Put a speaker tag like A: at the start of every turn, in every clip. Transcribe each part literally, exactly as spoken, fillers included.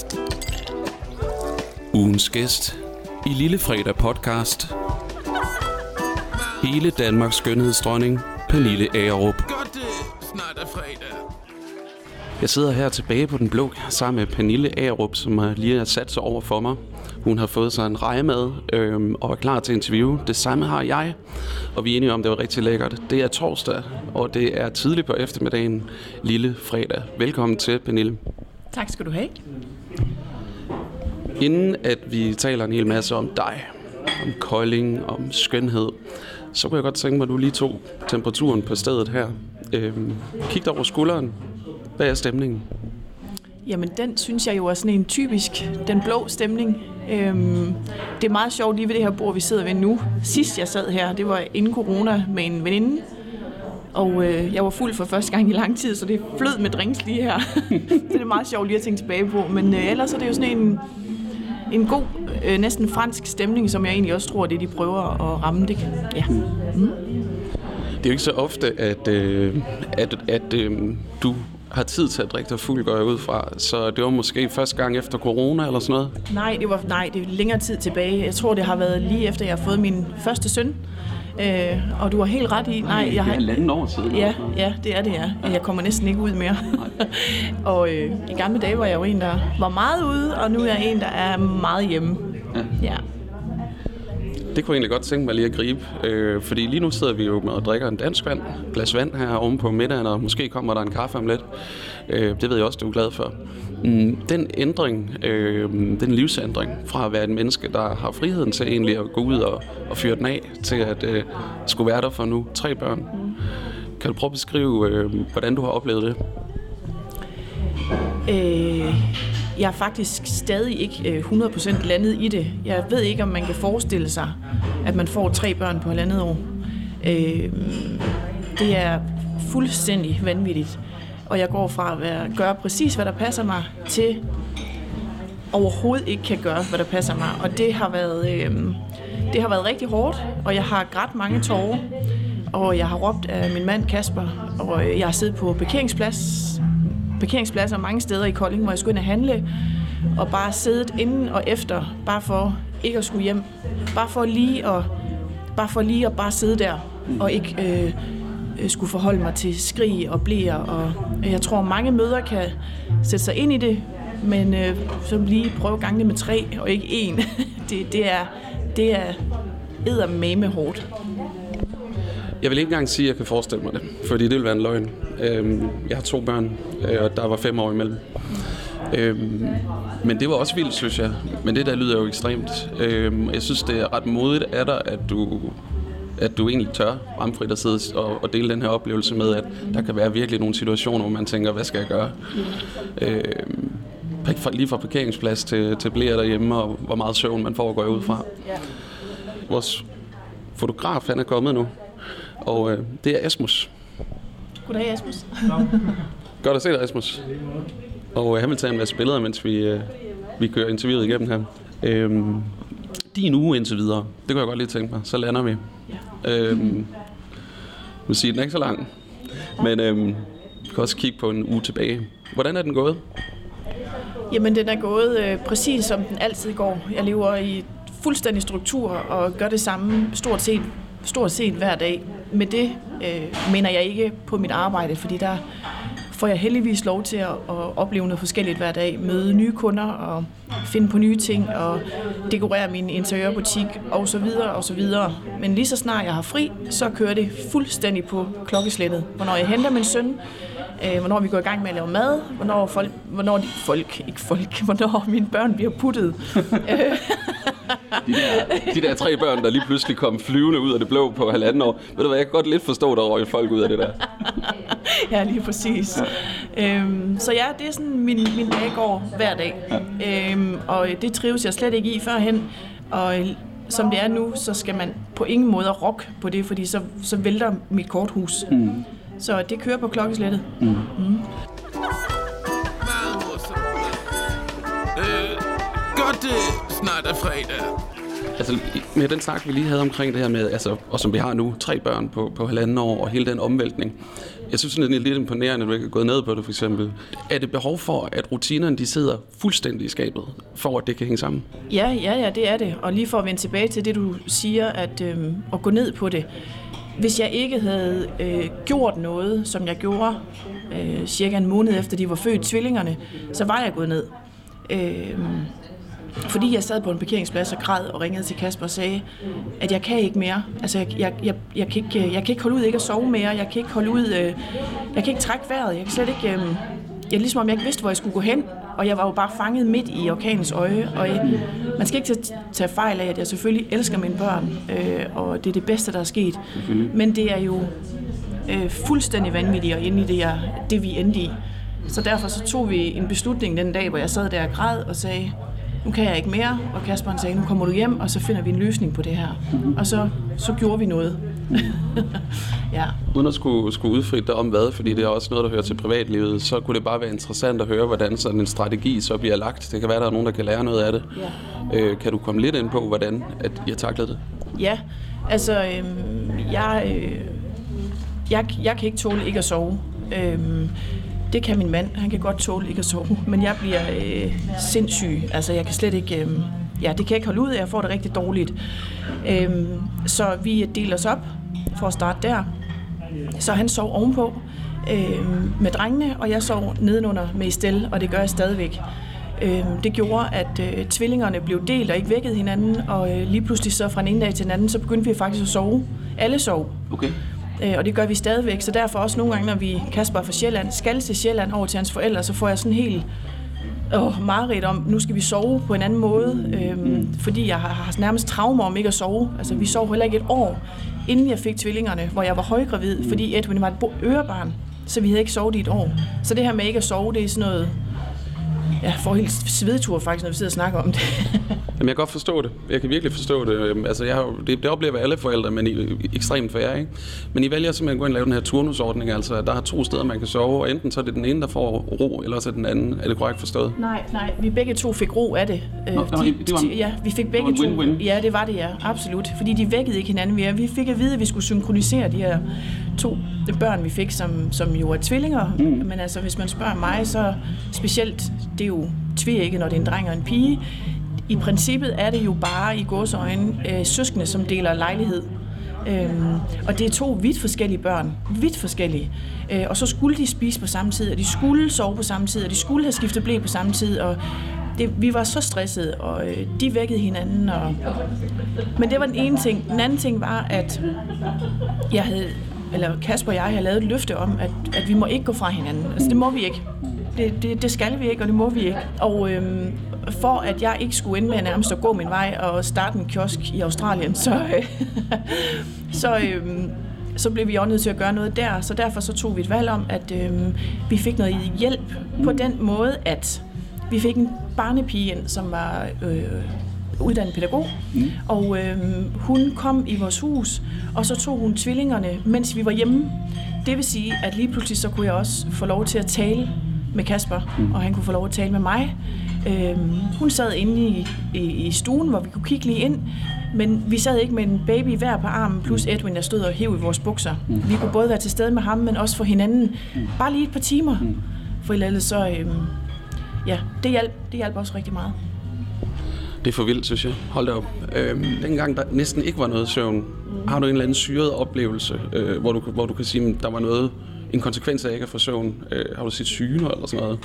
A: Ugens gæst i Lille Fredag podcast. Hele Danmarks skønhedsdronning, Pernille Agerup.
B: Godt det, snart er fredag.
A: Jeg sidder her tilbage på Den Blå sammen med Pernille Agerup, som lige har sat sig over for mig. Hun har fået sig en rejemad øhm, og er klar til interview. Det samme har jeg, og vi er enige om, det var rigtig lækkert. Det er torsdag, og det er tidligt på eftermiddagen, Lille Fredag. Velkommen til, Pernille.
C: Tak skal du have.
A: Inden at vi taler en hel masse om dig, om Kolding, om skønhed, så kunne jeg godt tænke mig, at du lige tog temperaturen på stedet her. Øhm, kig dig over skulderen. Hvad er stemningen?
C: Jamen, den synes jeg jo er sådan en typisk den blå stemning. Øhm, det er meget sjovt lige ved det her bord, vi sidder ved nu. Sidst jeg sad her, det var inden corona med en veninde. Og øh, jeg var fuld for første gang i lang tid, så det flød med drinks lige her. Så det er meget sjovt lige at tænke tilbage på. Men øh, ellers er det jo sådan en, en god, øh, næsten fransk stemning, som jeg egentlig også tror, det de prøver at ramme det. Ja. Mm.
A: Det er jo ikke så ofte, at, øh, at, at øh, du har tid til at drikke dig fuld, går jeg ud fra. Så det var måske første gang efter corona eller sådan noget?
C: Nej, det var nej, det er længere tid tilbage. Jeg tror, det har været lige efter, jeg har fået min første søn. Øh, og du har helt ret i. Nej, jeg har
A: halvanden år siden.
C: Ja, ja, det er det, ja. Jeg kommer næsten ikke ud mere. Og øh, i gamle dage var jeg jo en, der var meget ude, og nu er jeg en, der er meget hjemme. Ja. Ja.
A: Det kunne jeg egentlig godt tænke mig lige at gribe, øh, fordi lige nu sidder vi jo med og drikker en dansk vand, glas vand her oven på middagen, og måske kommer der en kaffe om lidt. Øh, det ved jeg også, du er glad for. Mm, den ændring, øh, den livsændring fra at være et menneske, der har friheden til egentlig at gå ud og, og fyre den af, til at øh, skulle være der for nu tre børn. Mm. Kan du prøve at beskrive, øh, hvordan du har oplevet det?
C: Øh... Jeg er faktisk stadig ikke hundrede procent landet i det. Jeg ved ikke, om man kan forestille sig, at man får tre børn på halvandet år. Det er fuldstændig vanvittigt. Og jeg går fra at være, gøre præcis, hvad der passer mig, til overhovedet ikke kan gøre, hvad der passer mig. Og det har været, det har været rigtig hårdt, og jeg har grædt mange tårer. Og jeg har råbt af min mand Kasper, og jeg har siddet på parkeringsplads, parkeringspladser mange steder i Kolding, hvor jeg skulle ind og handle, og bare siddet inden og efter, bare for ikke at skulle hjem. Bare for lige at, bare, for lige at bare sidde der, og ikke øh, skulle forholde mig til skrig og blæer. Og jeg tror, mange mødre kan sætte sig ind i det, men øh, så lige prøve gangene med tre, og ikke én. det, det er, det er eddermame hårdt.
A: Jeg vil ikke engang sige, at jeg kan forestille mig det, fordi det vil være en løgn. Jeg har to børn, og der var fem år imellem. Men det var også vildt, synes jeg. Men det der lyder jo ekstremt. Jeg synes, det er ret modigt af dig, at du, at du egentlig tør bramfrit at sidde og, og dele den her oplevelse med, at der kan være virkelig nogle situationer, hvor man tænker, hvad skal jeg gøre? Lige fra parkeringsplads til, til blære derhjemme, og hvor meget søvn man får, går jeg ud fra. Vores fotograf, han er kommet nu. Og øh, det er Asmus.
C: Goddag, Asmus.
A: Godt at se dig, Asmus. Og øh, han vil tage en masse billeder, mens vi, øh, vi kører interviewet igennem her. Øhm, din uge indtil videre, det kunne jeg godt lige tænke mig. Så lander vi. Ja. Øhm, vil sige, den er ikke så lang. Men øh, vi kan også kigge på en uge tilbage. Hvordan er den gået?
C: Jamen, den er gået øh, præcis som den altid går. Jeg lever i fuldstændig struktur og gør det samme stort set stort set hver dag. Med det øh, mener jeg ikke på mit arbejde, fordi der får jeg heldigvis lov til at, at opleve noget forskelligt hver dag. Møde nye kunder og finde på nye ting og dekorere min interiørbutik og så videre og så videre. Men lige så snart jeg har fri, så kører det fuldstændig på klokkeslættet. Hvornår jeg henter min søn, øh, hvornår vi går i gang med at lave mad, hvornår folk, hvornår de, folk, ikke folk, hvornår mine børn bliver puttet.
A: De der, de der tre børn, der lige pludselig kom flyvende ud af det blå på halvanden år. Ved du hvad, jeg kan godt lidt forstå, der røg folk ud af det der.
C: Ja, lige præcis. Ja. Øhm, så ja, det er sådan, min, min dag går hver dag. Ja. Øhm, og det trives jeg slet ikke i førhen. Og som det er nu, så skal man på ingen måde rokke på det, fordi så, så vælter mit korthus. Mm. Så det kører på klokkeslættet. Mm. Mm.
B: Øh, godt det snart er fredag.
A: Altså, med den snak, vi lige havde omkring det her med, altså, og som vi har nu, tre børn på, på halvanden år, og hele den omvæltning. Jeg synes, det er lidt imponerende, at du ikke er gået ned på det, for eksempel. Er det behov for, at rutinerne, de sidder fuldstændig i skabet, for at det kan hænge sammen?
C: Ja, ja, ja, det er det. Og lige for at vende tilbage til det, du siger, at, øh, at gå ned på det. Hvis jeg ikke havde øh, gjort noget, som jeg gjorde øh, cirka en måned efter, de var født, tvillingerne, så var jeg gået ned. Øh, Fordi jeg sad på en parkeringsplads og græd og ringede til Kasper og sagde, at jeg kan ikke mere. Altså, jeg, jeg, jeg, jeg, kan, ikke, jeg kan ikke holde ud ikke at sove mere. Jeg kan ikke holde ud... Øh, jeg kan ikke trække vejret. Jeg kan slet ikke... Øh, jeg, ligesom om jeg ikke vidste, hvor jeg skulle gå hen. Og jeg var jo bare fanget midt i orkanens øje. Og jeg, man skal ikke tage, tage fejl af, at jeg selvfølgelig elsker mine børn. Øh, og det er det bedste, der er sket. Men det er jo øh, fuldstændig vanvittigt og inde i det, jeg, det, vi endte i. Så derfor så tog vi en beslutning den dag, hvor jeg sad der og græd og sagde... Nu kan jeg ikke mere, og Kasper sagde, nu kommer du hjem, og så finder vi en løsning på det her. Og så, så gjorde vi noget. Ja.
A: Uden at skulle, skulle udfritte dig om hvad, fordi det er også noget, der hører til privatlivet, så kunne det bare være interessant at høre, hvordan sådan en strategi så bliver lagt. Det kan være, der er nogen, der kan lære noget af det. Ja. Øh, kan du komme lidt ind på, hvordan at I har taklet det?
C: Ja, altså, øh, jeg, øh, jeg, jeg kan ikke tåle ikke at sove. Øh, Det kan min mand. Han kan godt tåle ikke at sove, men jeg bliver øh, sindssyg. Altså, jeg kan slet ikke... Øh, ja, det kan jeg ikke holde ud af. Jeg får det rigtig dårligt. Øh, så vi deler os op for at starte der. Så han sov ovenpå øh, med drengene, og jeg sov nedenunder med Estelle, og det gør jeg stadigvæk. Øh, det gjorde, at øh, tvillingerne blev delt og ikke vækkede hinanden, og øh, lige pludselig så fra en ene dag til den anden, så begyndte vi faktisk at sove. Alle sov.
A: Okay.
C: Og det gør vi stadigvæk, så derfor også nogle gange, når vi Kasper er fra Sjælland, skal til Sjælland over til hans forældre, så får jeg sådan helt åh, mareridt om, nu skal vi sove på en anden måde, øhm, fordi jeg har, har nærmest traumer om ikke at sove. Altså, vi sov heller ikke et år, inden jeg fik tvillingerne, hvor jeg var højgravid, fordi Edwin var et ørebarn, så vi havde ikke sovet i et år. Så det her med ikke at sove, det er sådan noget... Jeg får helt svedtur faktisk, når vi sidder og snakker om det.
A: Jamen, jeg kan godt forstå det. Jeg kan virkelig forstå det. Altså, jeg har, det, det oplever alle forældre, men I, ekstremt for jer, ikke? Men I vælger simpelthen at gå ind og lave den her turnusordning. Altså, der er to steder, man kan sove, og enten så er det den ene, der får ro, eller så er den anden. Er det korrekt forstået?
C: Nej, nej. Vi begge to fik ro af det.
A: Nå, de, det var en,
C: ja, vi fik begge
A: det var en
C: to. Ja, det var det, ja. Absolut. Fordi de vækkede ikke hinanden mere. Vi fik at vide, at vi skulle synkronisere de her to børn, vi fik, som, som jo er tvillinger. Mm. Men altså, hvis man spørger mig, så specielt, det er jo tveægget, når det er en dreng og en pige. I princippet er det jo bare i gåseøjne øh, søskende, som deler lejlighed. Øhm, og det er to vidt forskellige børn. Vidt forskellige. Øh, og så skulle de spise på samme tid, og de skulle sove på samme tid, og de skulle have skiftet ble på samme tid. Og det, vi var så stressede, og øh, de vækkede hinanden. Og... Men det var den ene ting. Den anden ting var, at jeg havde, eller Kasper og jeg havde lavet et løfte om, at, at vi må ikke gå fra hinanden. Altså det må vi ikke. Det, det, det skal vi ikke, og det må vi ikke. Og øhm, for at jeg ikke skulle ende med nærmest at gå min vej og starte en kiosk i Australien, så, øh, så, øhm, så blev vi også nødt til at gøre noget der. Så derfor så tog vi et valg om, at øhm, vi fik noget hjælp på den måde, at vi fik en barnepige ind, som var øh, uddannet pædagog. Mm. Og øhm, hun kom i vores hus, og så tog hun tvillingerne, mens vi var hjemme. Det vil sige, at lige pludselig så kunne jeg også få lov til at tale med Kasper, mm. og han kunne få lov at tale med mig. Øhm, hun sad inde i, i, i stuen, hvor vi kunne kigge lige ind, men vi sad ikke med en baby hver på armen, plus Edwin, der stod og hev i vores bukser. Mm. Vi kunne både være til stede med ham, men også for hinanden. Mm. Bare lige et par timer. Mm. For ellers så, øhm, ja, det hjalp, det hjalp også rigtig meget.
A: Det er for vildt, synes jeg. Hold da op. Øhm, dengang der næsten ikke var noget søvn, mm. har du en eller anden syret oplevelse, øh, hvor, du, hvor du kan sige, at der var noget, en konsekvens af ikke at få søvn? Øh, har du set syner eller sådan noget?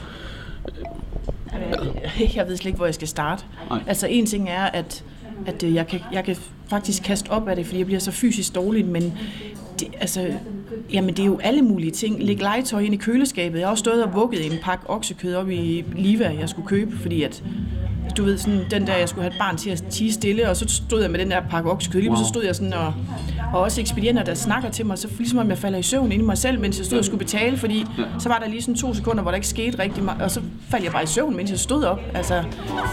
C: Jeg, jeg ved slet ikke, hvor jeg skal starte. Nej. Altså en ting er, at, at jeg, kan, jeg kan faktisk kaste op af det, fordi jeg bliver så fysisk dårlig, men det, altså, jamen, det er jo alle mulige ting. Læg legetøj ind i køleskabet. Jeg har også stået og vugget en pakke oksekød op i Liva, jeg skulle købe, fordi at du ved, sådan, den der, jeg skulle have et barn til at tie stille, og så stod jeg med den der pakke oksekød. Lige wow. Så stod jeg sådan, og, og også ekspedienter, der snakker til mig, så ligesom om jeg falder i søvn inde i mig selv, mens jeg stod og skulle betale, fordi ja. Så var der lige sådan to sekunder, hvor der ikke skete rigtig meget, og så faldt jeg bare i søvn, mens jeg stod op. Altså.
B: Øh,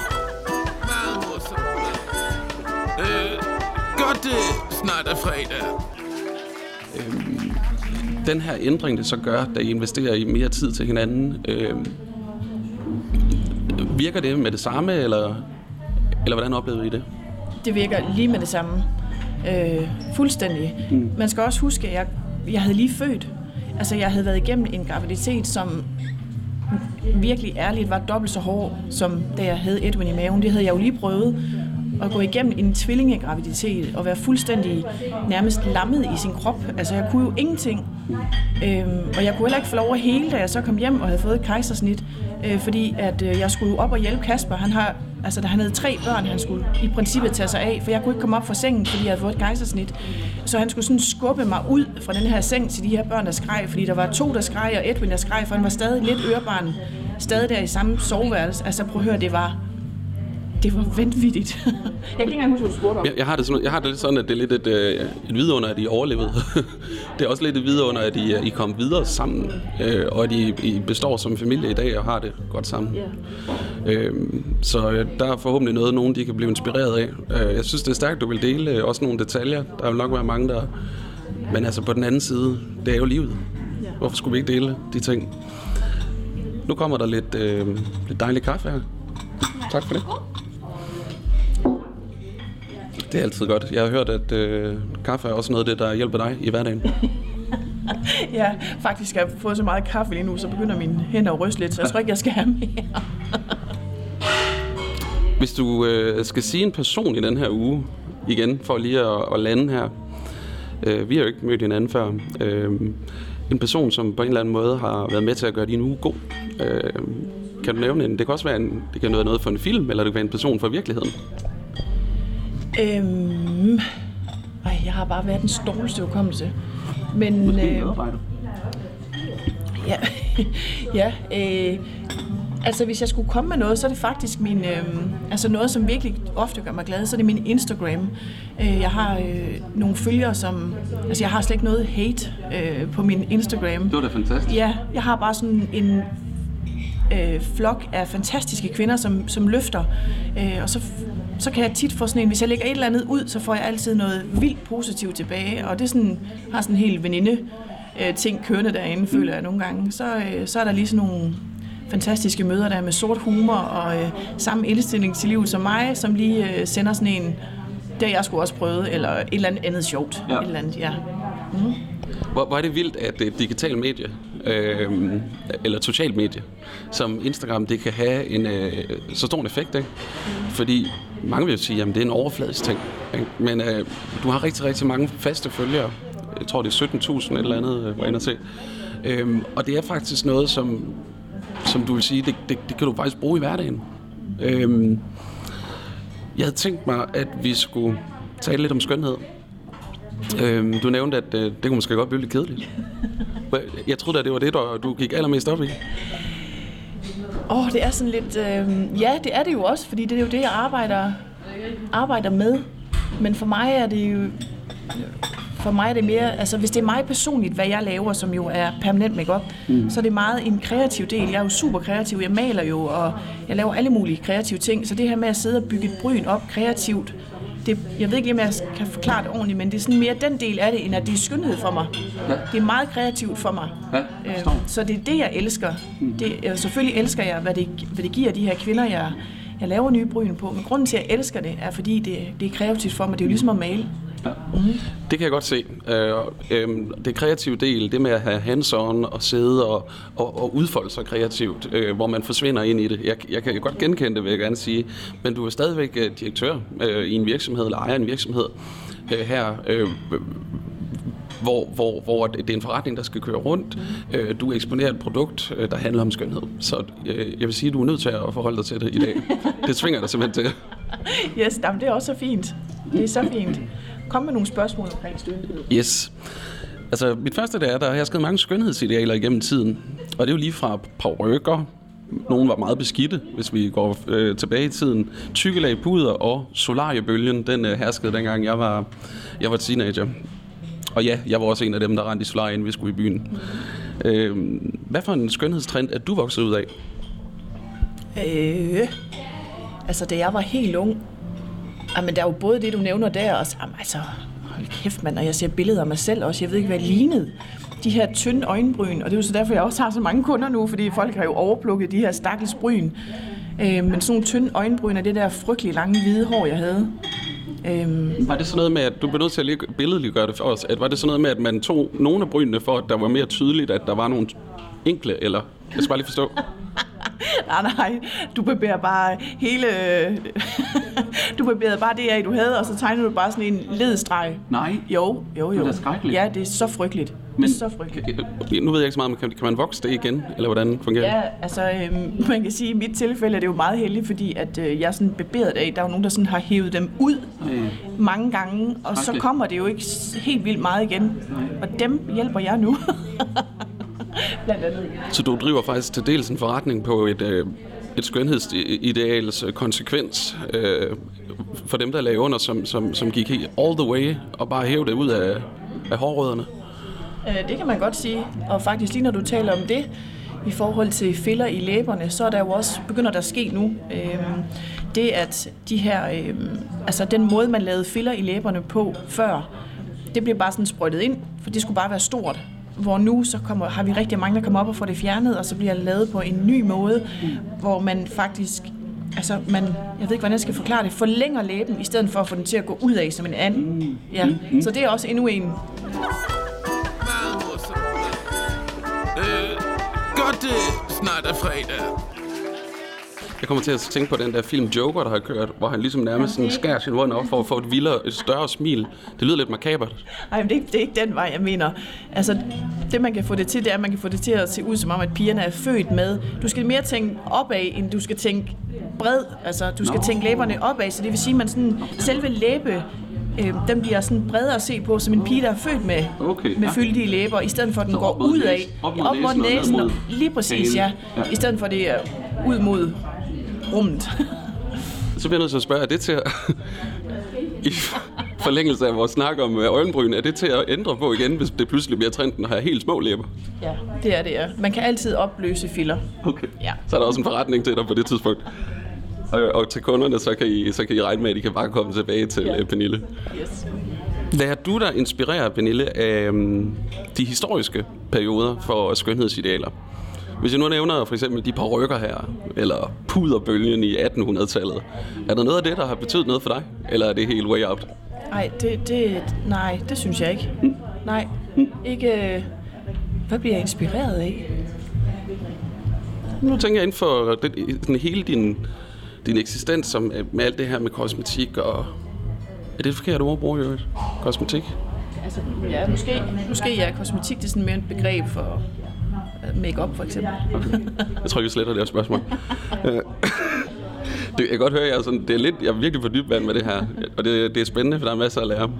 B: godt, det snart er fredag.
A: Øhm, den her ændring, det så gør, da I investerer i mere tid til hinanden, øhm, virker det med det samme, eller, eller hvordan oplevede I det?
C: det virker lige med det samme. Øh, fuldstændig. Mm. Man skal også huske, at jeg, jeg havde lige født. Altså, jeg havde været igennem en graviditet, som virkelig ærligt var dobbelt så hård, som da jeg havde Edwin i maven. Det havde jeg jo lige prøvet. At gå igennem en tvillingegraviditet og være fuldstændig nærmest lammet i sin krop. Altså, jeg kunne jo ingenting. Øhm, og jeg kunne heller ikke få lov at hele, da jeg så kom hjem og havde fået et kejsersnit. Øh, fordi at øh, jeg skulle op og hjælpe Kasper. Han har, altså, da han havde tre børn, han skulle i princippet tage sig af, for jeg kunne ikke komme op fra sengen, fordi jeg havde fået et kejsersnit. Så han skulle sådan skubbe mig ud fra den her seng til de her børn, der skreg, fordi der var to, der skreg, og Edwin, der skreg, for han var stadig lidt ørebarn. Stadig der i samme soveværelse. Altså, prøv at høre, det var... Det var vanvittigt. Jeg kan ikke engang huske, hvad du spurgte om.
A: Jeg, jeg, har det sådan, jeg har det lidt sådan, at det er lidt et, øh, et vidunder, at I overlevede. Det er også lidt et vidunder, at I, I kom videre sammen, øh, og at I, I består som familie i dag og har det godt sammen. Yeah. Øh, så øh, der er forhåbentlig noget, nogen de kan blive inspireret af. Øh, jeg synes, det er stærkt, du vil dele øh, også nogle detaljer. Der vil nok være mange, der... Men altså på den anden side, det er jo livet. Yeah. Hvorfor skulle vi ikke dele de ting? Nu kommer der lidt, øh, lidt dejlig kaffe her. Tak for det. Det er altid godt. Jeg har hørt, at øh, kaffe er også noget af det, der hjælper dig i hverdagen.
C: Ja, faktisk har jeg fået så meget kaffe lige nu, så begynder mine hænder at ryste lidt, så jeg tror ikke, jeg skal have mere.
A: Hvis du øh, skal sige en person i den her uge, igen, for lige at, at lande her. Øh, vi har jo ikke mødt hinanden før. Øh, en person, som på en eller anden måde har været med til at gøre din uge god. Øh, kan du nævne en? Det kan også være, en, det kan være noget for en film, eller det kan være en person fra virkeligheden.
C: Øhm, ej, jeg har bare været den dårligste hukommelse. Men
A: måske
C: øh, ja, ja øh, altså hvis jeg skulle komme med noget, så er det faktisk min, øh, altså noget, som virkelig ofte gør mig glad, så er det min Instagram. Øh, jeg har øh, nogle følgere, som, altså jeg har slet ikke noget hate øh, på min Instagram.
A: Det var da fantastisk.
C: Ja, jeg har bare sådan en øh, flok af fantastiske kvinder, som, som løfter, øh, og så så kan jeg tit få sådan en, hvis jeg lægger et eller andet ud, så får jeg altid noget vildt positivt tilbage, og det er sådan, har sådan en helt veninde øh, ting kørende derinde, føler jeg nogle gange. Så, øh, så er der lige sådan nogle fantastiske møder der med sort humor og øh, samme indstilling til livet som mig, som lige øh, sender sådan en, det har jeg sgu også prøvet, eller et eller andet andet sjovt.
A: Ja.
C: Et eller andet, ja. Mm.
A: Hvor, hvor er det vildt, at et digitalt medie, øh, eller et socialt medie, som Instagram, det kan have en øh, så stor en effekt, ikke? Fordi mange vil jo sige, at det er en overfladisk ting, ikke? Men øh, du har rigtig, rigtig mange faste følgere. Jeg tror, det er sytten tusind eller andet, øh, var inde at se. Øh, og det er faktisk noget, som, som du vil sige, det, det, det kan du faktisk bruge i hverdagen. Øh, jeg havde tænkt mig, at vi skulle tale lidt om skønhed. Øhm, du nævnte, at øh, det kunne måske godt blive lidt kedeligt. Jeg troede at det var det, der, du gik allermest op i.
C: Åh, oh, det er sådan lidt... Øh, ja, det er det jo også, fordi det er jo det, jeg arbejder, arbejder med. Men for mig er det jo... For mig er det mere... Altså, hvis det er mig personligt, hvad jeg laver, som jo er permanent makeup, mm. så er det meget en kreativ del. Jeg er jo super kreativ. Jeg maler jo, og jeg laver alle mulige kreative ting. Så det her med at sidde og bygge et bryn op kreativt, det, jeg ved ikke, om jeg kan forklare det ordentligt, men det er sådan mere den del af det, end at det er skønhed for mig. Ja. Det er meget kreativt for mig. Ja, øhm, så det er det, jeg elsker. Mm. Det, øh, selvfølgelig elsker jeg, hvad det, hvad det giver de her kvinder, jeg, jeg laver nye bryn på. Men grunden til, at jeg elsker det, er fordi det, det er kreativt for mig. Det er jo ligesom at male.
A: Ja. Mm-hmm. Det kan jeg godt se. Øh, øh, det kreative del, det med at have hands-on og sidde og, og, og udfolde sig kreativt, øh, hvor man forsvinder ind i det. Jeg, jeg kan godt genkende det, vil jeg gerne sige. Men du er stadigvæk uh, direktør øh, i en virksomhed, eller ejer en virksomhed øh, her, øh, hvor, hvor, hvor det er en forretning, der skal køre rundt. Mm. Øh, du eksponerer et produkt, øh, der handler om skønhed. Så øh, jeg vil sige, at du er nødt til at forholde dig til det i dag. Det tvinger dig simpelthen til.
C: Yes, jamen, det er også så fint. Det er så fint. Kom med nogle spørgsmål omkring skønhed.
A: Yes. Altså, mit første det er, der har jeg skrevet mange skønhedsidealer igennem tiden. Og det er jo lige fra parrykker. Nogle var meget beskidte, hvis vi går øh, tilbage i tiden. Tykkelag puder og solariebølgen, den øh, herskede dengang jeg var, jeg var teenager. Og ja, jeg var også en af dem, der rendte i solarie, inden vi skulle i byen. Mm. Øh, hvad for en skønhedstrend er du vokset ud af?
C: Øh, altså, da jeg var helt ung, jamen, der er jo både det, du nævner der, og jamen, altså, hold kæft, mand, og jeg ser billeder af mig selv også. Jeg ved ikke, hvad jeg lignede. De her tynde øjenbryn, og det er jo så derfor, jeg også har så mange kunder nu, fordi folk har jo overplukket de her stakkels bryn. Øh, men sådan nogle tynde øjenbryn og det der frygtelig lange hvide hår, jeg havde. Øhm,
A: Var det sådan noget med, at du blev nødt til at lige billedligt gøre det for os? At var det sådan noget med, at man tog nogle af brynene for, at der var mere tydeligt, at der var nogle enkle, eller? Jeg skal bare lige forstå.
C: nej, nej, du barberer bare hele... du barberede bare det af, du havde, og så tegnede du bare sådan en ledstreg.
A: Nej.
C: Jo, jo, jo.
A: Det er skrækkeligt.
C: Ja, det er så frygteligt. Men, det er så frygteligt.
A: Nu ved jeg ikke så meget, men kan, kan man vokse det igen, eller hvordan fungerer det?
C: Ja, altså øhm, man kan sige, at i mit tilfælde er det jo meget heldigt, fordi at øh, jeg er sådan barberet af, der er jo nogen, der sådan har hævet dem ud mm. mange gange, og så kommer det jo ikke helt vildt meget igen. Mm. Og dem hjælper jeg nu. Blandt andet.
A: Så du driver faktisk til dels en forretning på et, øh, et skønhedsideals konsekvens øh, for dem, der lagde under, som, som, som gik all the way og bare hævde det ud af, af hårrødderne?
C: Øh, det kan man godt sige, og faktisk lige når du taler om det, i forhold til filler i læberne, så er der jo også, begynder der at ske nu, øh, det at de her, øh, altså den måde, man lavede filler i læberne på før, det bliver bare sådan sprøjtet ind, for det skulle bare være stort. Hvor nu så kommer, har vi rigtig mange, der kommer op og får det fjernet, og så bliver det lavet på en ny måde, mm. hvor man faktisk, altså man, jeg ved ikke, hvordan jeg skal forklare det, forlænger læben, i stedet for at få den til at gå ud af som en anden. Mm. Ja. Mm. Så det er også endnu en.
B: Øh, godt, det snart er fredag.
A: Jeg kommer til at tænke på den der film Joker, der har kørt, hvor han ligesom nærmest sådan skærer sin mund op for at få et vildere, et større smil. Det lyder lidt makabert.
C: Nej, men det, det er ikke den vej, jeg mener. Altså, det man kan få det til, det er, at man kan få det til at se ud som om, at pigerne er født med. Du skal mere tænke opad, end du skal tænke bred. Altså, du skal no. tænke læberne opad, så det vil sige, at man sådan, selve læbe, øh, den bliver sådan bredere at se på, som en pige, der er født med,
A: okay,
C: med
A: ja.
C: fyldige læber, i stedet for, at den
A: så
C: går ud af.
A: Op mod
C: op mod næsen. næsen
A: mod
C: lige præcis, ja. ja. I stedet for, det er ud mod rummet.
A: Så bliver jeg nødt til at spørge, er det til at, i forlængelse af vores snak om øjenbryn, er det til at ændre på igen, hvis det pludselig bliver trenden at have helt små læber?
C: Ja, det er det, ja. Man kan altid opløse filler.
A: Okay.
C: Ja.
A: Så er der også en forretning til dig på det tidspunkt. Og, og til kunderne, så kan, I, så kan I regne med, at I kan bare komme tilbage til ja. Pernille.
C: Yes.
A: Lader du dig inspirere, Pernille, af um, de historiske perioder for skønhedsidealer? Hvis jeg nu nævner for eksempel de par rykker her, eller puderbølgen i attenhundredetallet, er der noget af det, der har betydet noget for dig? Eller er det helt way out?
C: Nej, det, det, nej, det synes jeg ikke.
A: Mm.
C: Nej, mm. ikke. Hvad bliver jeg inspireret af?
A: Nu tænker jeg inden for det, sådan hele din, din eksistens som, med alt det her med kosmetik og... Er det et forkert ord at bruge i øvrigt? Kosmetik?
C: Altså, ja, måske, måske ja, kosmetik det er sådan mere et begreb for make-up for eksempel.
A: Okay. Jeg tror, vi sletter det her spørgsmål. Det, jeg kan godt høre, jeg er, sådan, det er lidt, jeg er virkelig på dybt vand med det her, og det, det er spændende, for der er masser at lære.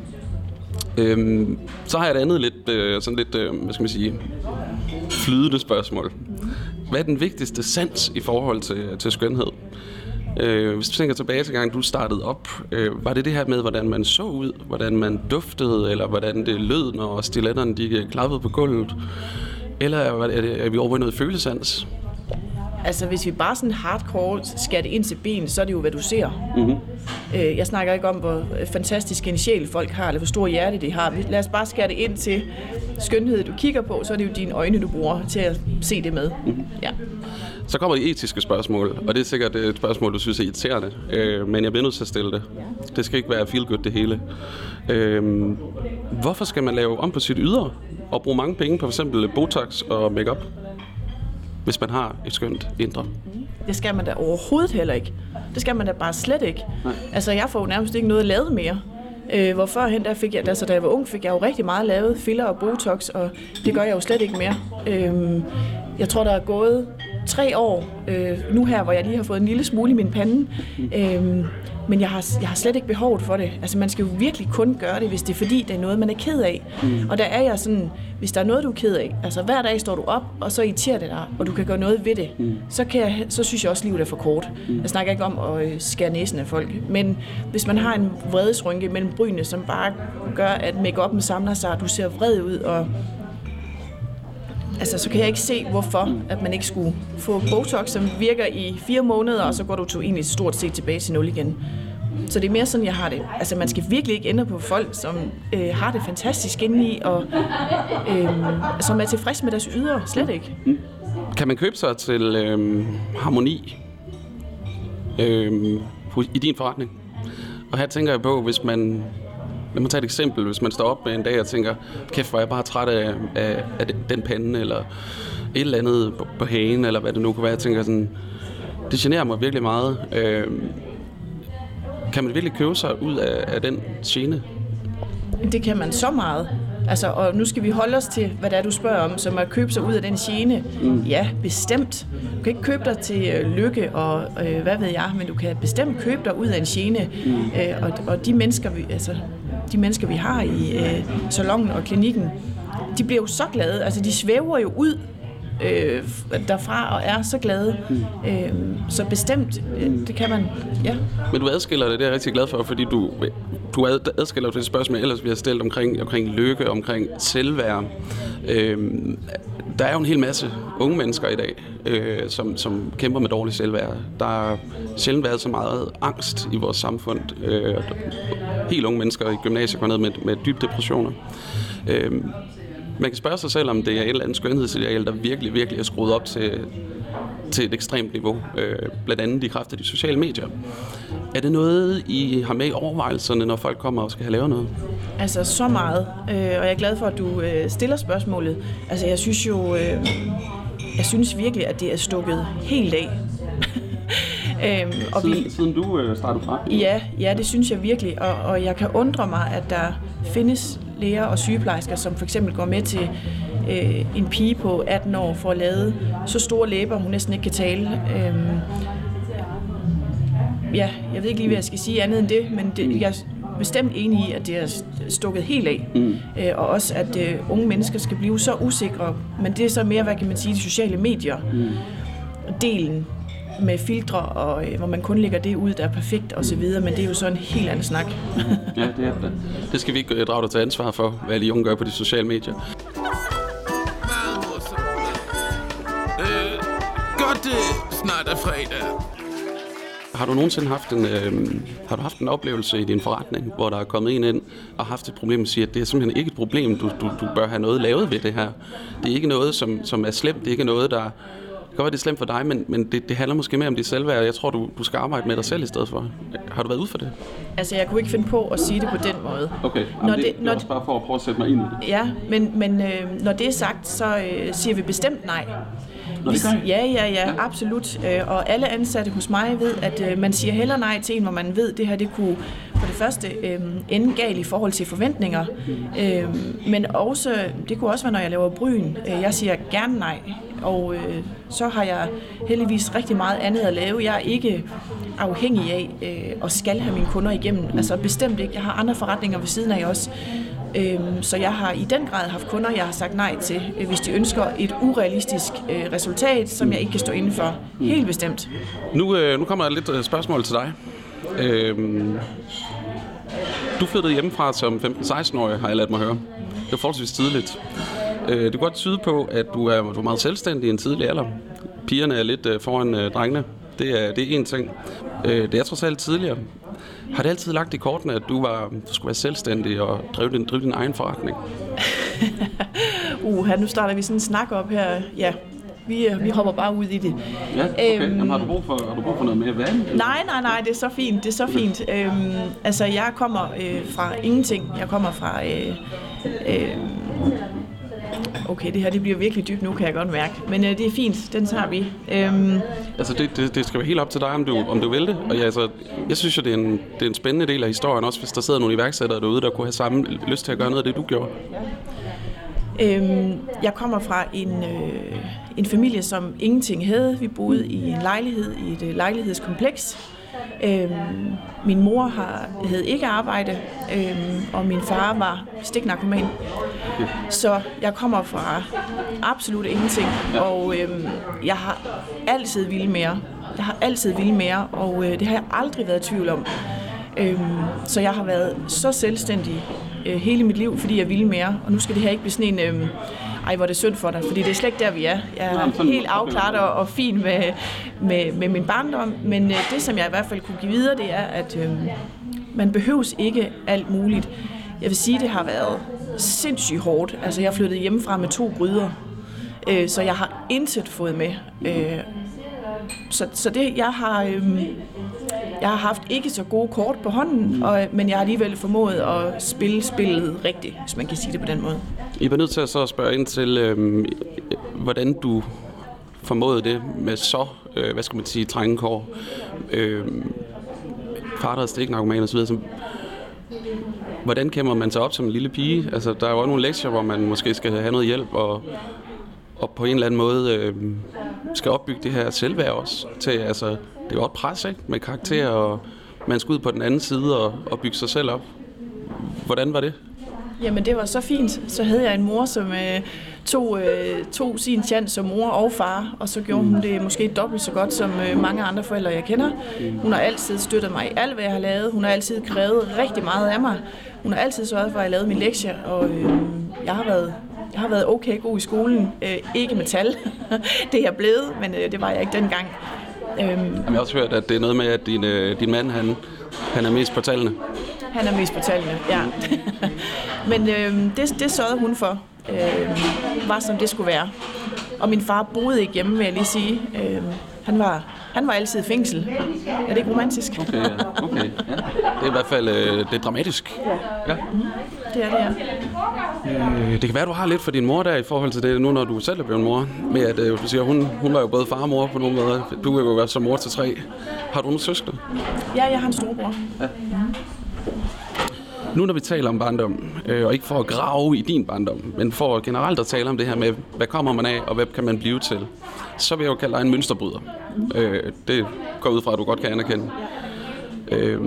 A: Øhm, så har jeg et andet lidt, øh, sådan lidt, øh, hvad skal man sige, flydende spørgsmål. Hvad er den vigtigste sans i forhold til, til skønhed? Øh, hvis du tænker tilbage til gang, du startede op, øh, var det det her med, hvordan man så ud, hvordan man duftede, eller hvordan det lød, når stiletterne de klappede på gulvet? Eller er, det, er vi over i noget følesans?
C: Altså, hvis vi bare sådan hardcore skærer det ind til ben, så er det jo, hvad du ser.
A: Mm-hmm.
C: Øh, jeg snakker ikke om, hvor fantastisk en sjæl folk har, eller hvor stor hjerte de har. Lad os bare skære det ind til skønhed, du kigger på, så er det jo dine øjne, du bruger til at se det med. Mm-hmm. Ja.
A: Så kommer de etiske spørgsmål, og det er sikkert et spørgsmål, du synes er irriterende, øh, men jeg bliver nødt til at stille det. Det skal ikke være feel good det hele. Øh, hvorfor skal man lave om på sit ydre og bruge mange penge på for eksempel Botox og makeup, hvis man har et skønt indre?
C: Det skal man da overhovedet heller ikke. Det skal man da bare slet ikke. Nej. Altså, jeg får nærmest ikke noget lavet mere. Øh, hvor førhen, der fik jeg, altså, da jeg var ung, fik jeg jo rigtig meget lavet filler og Botox, og det gør jeg jo slet ikke mere. Øh, jeg tror, der er gået tre år øh, nu her, hvor jeg lige har fået en lille smule i min pande. Øh, men jeg har, jeg har slet ikke behovet for det. Altså, man skal jo virkelig kun gøre det, hvis det er fordi, det er noget, man er ked af. Mm. Og der er jeg sådan, hvis der er noget, du er ked af, altså hver dag står du op, og så irriterer det dig, og du kan gøre noget ved det, mm. så, kan jeg, så synes jeg også, at livet er for kort. Mm. Jeg snakker ikke om at øh, skære næsen af folk, men hvis man har en vredesrynke mellem brynene, som bare gør, at make-up'en samler sig, og du ser vred ud, og altså, så kan jeg ikke se, hvorfor at man ikke skulle få Botox, som virker i fire måneder, og så går du to egentlig stort set tilbage til nul igen. Så det er mere sådan, jeg har det. Altså, man skal virkelig ikke ændre på folk, som øh, har det fantastisk indeni, og øh, som er tilfreds med deres ydre. Slet ikke.
A: Kan man købe sig til øh, harmoni øh, i din forretning? Og her tænker jeg på, hvis man... Lad mig tage et eksempel. Hvis man står op en dag og tænker, kæft, hvor er jeg bare træt af, af, af den pande, eller et eller andet på, på hagen, eller hvad det nu kan være. Jeg tænker sådan, det generer mig virkelig meget. Øh, kan man virkelig købe sig ud af, af den gene?
C: Det kan man så meget. Altså, og nu skal vi holde os til, hvad det er, du spørger om, som at købe sig ud af den gene. Mm. Ja, bestemt. Du kan ikke købe dig til øh, lykke og øh, hvad ved jeg, men du kan bestemt købe dig ud af en gene. Mm. Øh, og, og de mennesker, vi, altså, de mennesker, vi har i øh, salonen og klinikken, de bliver jo så glade. Altså, de svæver jo ud øh, derfra og er så glade. Mm. Øh, så bestemt, øh, det kan man, ja.
A: Men du adskiller det, det er jeg rigtig glad for, fordi du, du adskiller det spørgsmål, ellers vi har stillet omkring, omkring lykke, omkring selvværd. Øh, der er jo en hel masse unge mennesker i dag, øh, som, som kæmper med dårlig selvværd. Der har sjældent været så meget angst i vores samfund. Øh, helt unge mennesker i gymnasiet går ned med, med dybe depressioner. Øh, Man kan spørge sig selv, om det er et eller andet skønhedsideal, der virkelig, virkelig er skruet op til, til et ekstremt niveau, øh, blandt andet i kraft af de sociale medier. Er det noget, I har med i overvejelserne, når folk kommer og skal have lavet noget?
C: Altså så meget, øh, og jeg er glad for, at du øh, stiller spørgsmålet. Altså jeg synes jo, øh, jeg synes virkelig, at det er stukket helt af. Øhm, og
A: siden,
C: vi,
A: siden du øh, startede fra?
C: Ja, ja, det synes jeg virkelig, og, og jeg kan undre mig, at der findes læger og sygeplejersker, som for eksempel går med til øh, en pige på atten år for at lade så store læber, hun næsten ikke kan tale. Øhm, ja, jeg ved ikke lige, hvad jeg skal sige andet end det, men det, jeg er bestemt enig i, at det er stukket helt af. Mm. Øh, og også, at øh, unge mennesker skal blive så usikre, men det er så mere, hvad kan man sige, de sociale medier. Mm. Delen med filtre, og øh, hvor man kun lægger det ud, der er perfekt og så videre, men det er jo så en helt anden snak.
A: Ja, det er det. Det skal vi ikke drage dig til ansvar for, hvad de unge gør på de sociale medier.
B: Meget morsomt. Øh, godt, det snart er fredag.
A: Har du nogensinde haft en, øh, har du haft en oplevelse i din forretning, hvor der er kommet en ind og haft et problem og siger, at det er simpelthen ikke et problem, du, du, du bør have noget lavet ved det her. Det er ikke noget, som, som er slemt, det er ikke noget, der... Det kan godt være, det er slemt for dig, men, men det, det handler måske mere om dit selvværd. Jeg tror, du, du skal arbejde med dig selv i stedet for. Har du været ude for det?
C: Altså, jeg kunne ikke finde på at sige det på den måde.
A: Okay, når det, det, det er også bare for at prøve at sætte mig ind i det.
C: Ja, men, men øh, når det er sagt, så øh, siger vi bestemt nej.
A: Nå, det gør
C: ja, ja, ja, absolut. Øh, og alle ansatte hos mig ved, at øh, man siger heller nej til en, hvor man ved, at det her det kunne for det første øh, ende galt i forhold til forventninger. Øh, men også, det kunne også være, når jeg laver bryn. Øh, jeg siger gerne nej. Og øh, så har jeg heldigvis rigtig meget andet at lave. Jeg er ikke afhængig af øh, at skal have mine kunder igennem. Altså bestemt ikke. Jeg har andre forretninger ved siden af også. Øhm, så jeg har i den grad haft kunder, jeg har sagt nej til, øh, hvis de ønsker et urealistisk øh, resultat, som jeg ikke kan stå inden for. Helt bestemt.
A: Nu, øh, nu kommer der lidt øh, spørgsmål til dig. Øhm, du flyttede hjemmefra som femten-seksten-årig, har jeg ladt mig høre. Det var forholdsvis tidligt. Øh, det kan godt tyde på, at du er, du er meget selvstændig i en tidlig alder. Pigerne er lidt øh, foran øh, drengene. Det er, det er én ting. Øh, det er trods alt tidligere. Har det altid lagt i kortene, at du, var, du skulle være selvstændig og drive din, drive din egen forretning? uh, her, nu starter vi sådan en snak op her. Ja, vi, vi hopper bare ud i det.
C: Ja,
A: okay. Øhm, Jamen, har, du brug for, har du brug for noget mere vand?
C: Nej, nej, nej, det er så fint. Det er så fint. Øhm, altså, jeg kommer øh, fra ingenting. Jeg kommer fra... Øh, øh, Okay, det her det bliver virkelig dybt nu, kan jeg godt mærke. Men øh, det er fint, den tager vi. Øhm.
A: Altså, det, det, det skal være helt op til dig, om du, om du vil det. Og ja, altså, jeg synes jo, det er, en, det er en spændende del af historien, også hvis der sidder nogle iværksættere derude, der kunne have samme lyst til at gøre noget af det, du gjorde.
C: Ja. Øhm, jeg kommer fra en, øh, en familie, som ingenting havde. Vi boede i en lejlighed, i et øh, lejlighedskompleks. Øhm, min mor har, havde ikke arbejde, øhm, og min far var stiknarkoman. Så jeg kommer fra absolut ingenting, og øhm, jeg har altid ville mere. Jeg har altid ville mere, og øh, det har jeg aldrig været i tvivl om. Øhm, så jeg har været så selvstændig øh, hele mit liv, fordi jeg ville mere. Og nu skal det her ikke blive sådan en... Øh, ej, hvor er det synd for dig, fordi det er slet ikke der, vi er. Jeg er helt afklaret og, og fin med, med, med min barndom, men øh, det, som jeg i hvert fald kunne give videre, det er, at øh, man behøves ikke alt muligt. Jeg vil sige, det har været sindssygt hårdt. Altså, jeg flyttede hjemmefra med to gryder, øh, så jeg har intet fået med. Øh, så, så det, jeg har, øhm, jeg har haft ikke så gode kort på hånden, og, men jeg har alligevel formået at spille spillet rigtigt, hvis man kan sige det på den måde.
A: I er nødt til at så spørge ind til, øhm, hvordan du formåede det med så, øh, hvad skal man sige, trængekår, øh, farter og stiknarkoman og så videre. Som, hvordan kæmper man sig op som en lille pige? Altså, der er jo nogle lektier, hvor man måske skal have noget hjælp, og, og på en eller anden måde øh, skal opbygge det her selvværd også. Til, altså, det er jo et pres, ikke? Med karakter, og man skal ud på den anden side og, og bygge sig selv op. Hvordan var det?
C: Jamen, det var så fint. Så havde jeg en mor, som øh, tog, øh, tog sin chance som mor og far, og så gjorde hun det måske dobbelt så godt som øh, mange andre forældre, jeg kender. Hun har altid støttet mig i alt, hvad jeg har lavet. Hun har altid krævet rigtig meget af mig. Hun har altid sørget for, at jeg lavede mine lektier, og øh, jeg har været... Jeg har været okay god i skolen. Øh, ikke med tal. Det er jeg blevet, men øh, det var jeg ikke dengang. Øhm,
A: Jamen, jeg har også hørt, at det er noget med, at din, øh, din mand, han, han er mest på tallene.
C: Han er mest på tallene, ja. Men øh, det, det sørgede hun for. Øh, var som det skulle være. Og min far boede ikke hjemme, vil jeg lige sige. Øh, han, var, han var altid i fængsel. Er det ikke romantisk?
A: Okay, ja. Okay, ja. Det er i hvert fald øh, det er dramatisk.
C: Ja. Ja. Mm, det er det, ja.
A: Øh, det kan være, du har lidt for din mor der i forhold til det, nu når du selv er blevet mor. Med at øh, du siger, hun, hun var jo både far og mor på nogle måder. Du kan jo være som mor til tre. Har du nogle søskende?
C: Ja, jeg har en storebror. Ja. Mm.
A: Nu når vi taler om barndom, øh, og ikke for at grave i din barndom, men for generelt at tale om det her med, hvad kommer man af, og hvad kan man blive til, så vil jeg jo kalde dig en mønsterbryder. Mm. Øh, det går ud fra, at du godt kan anerkende. Øh,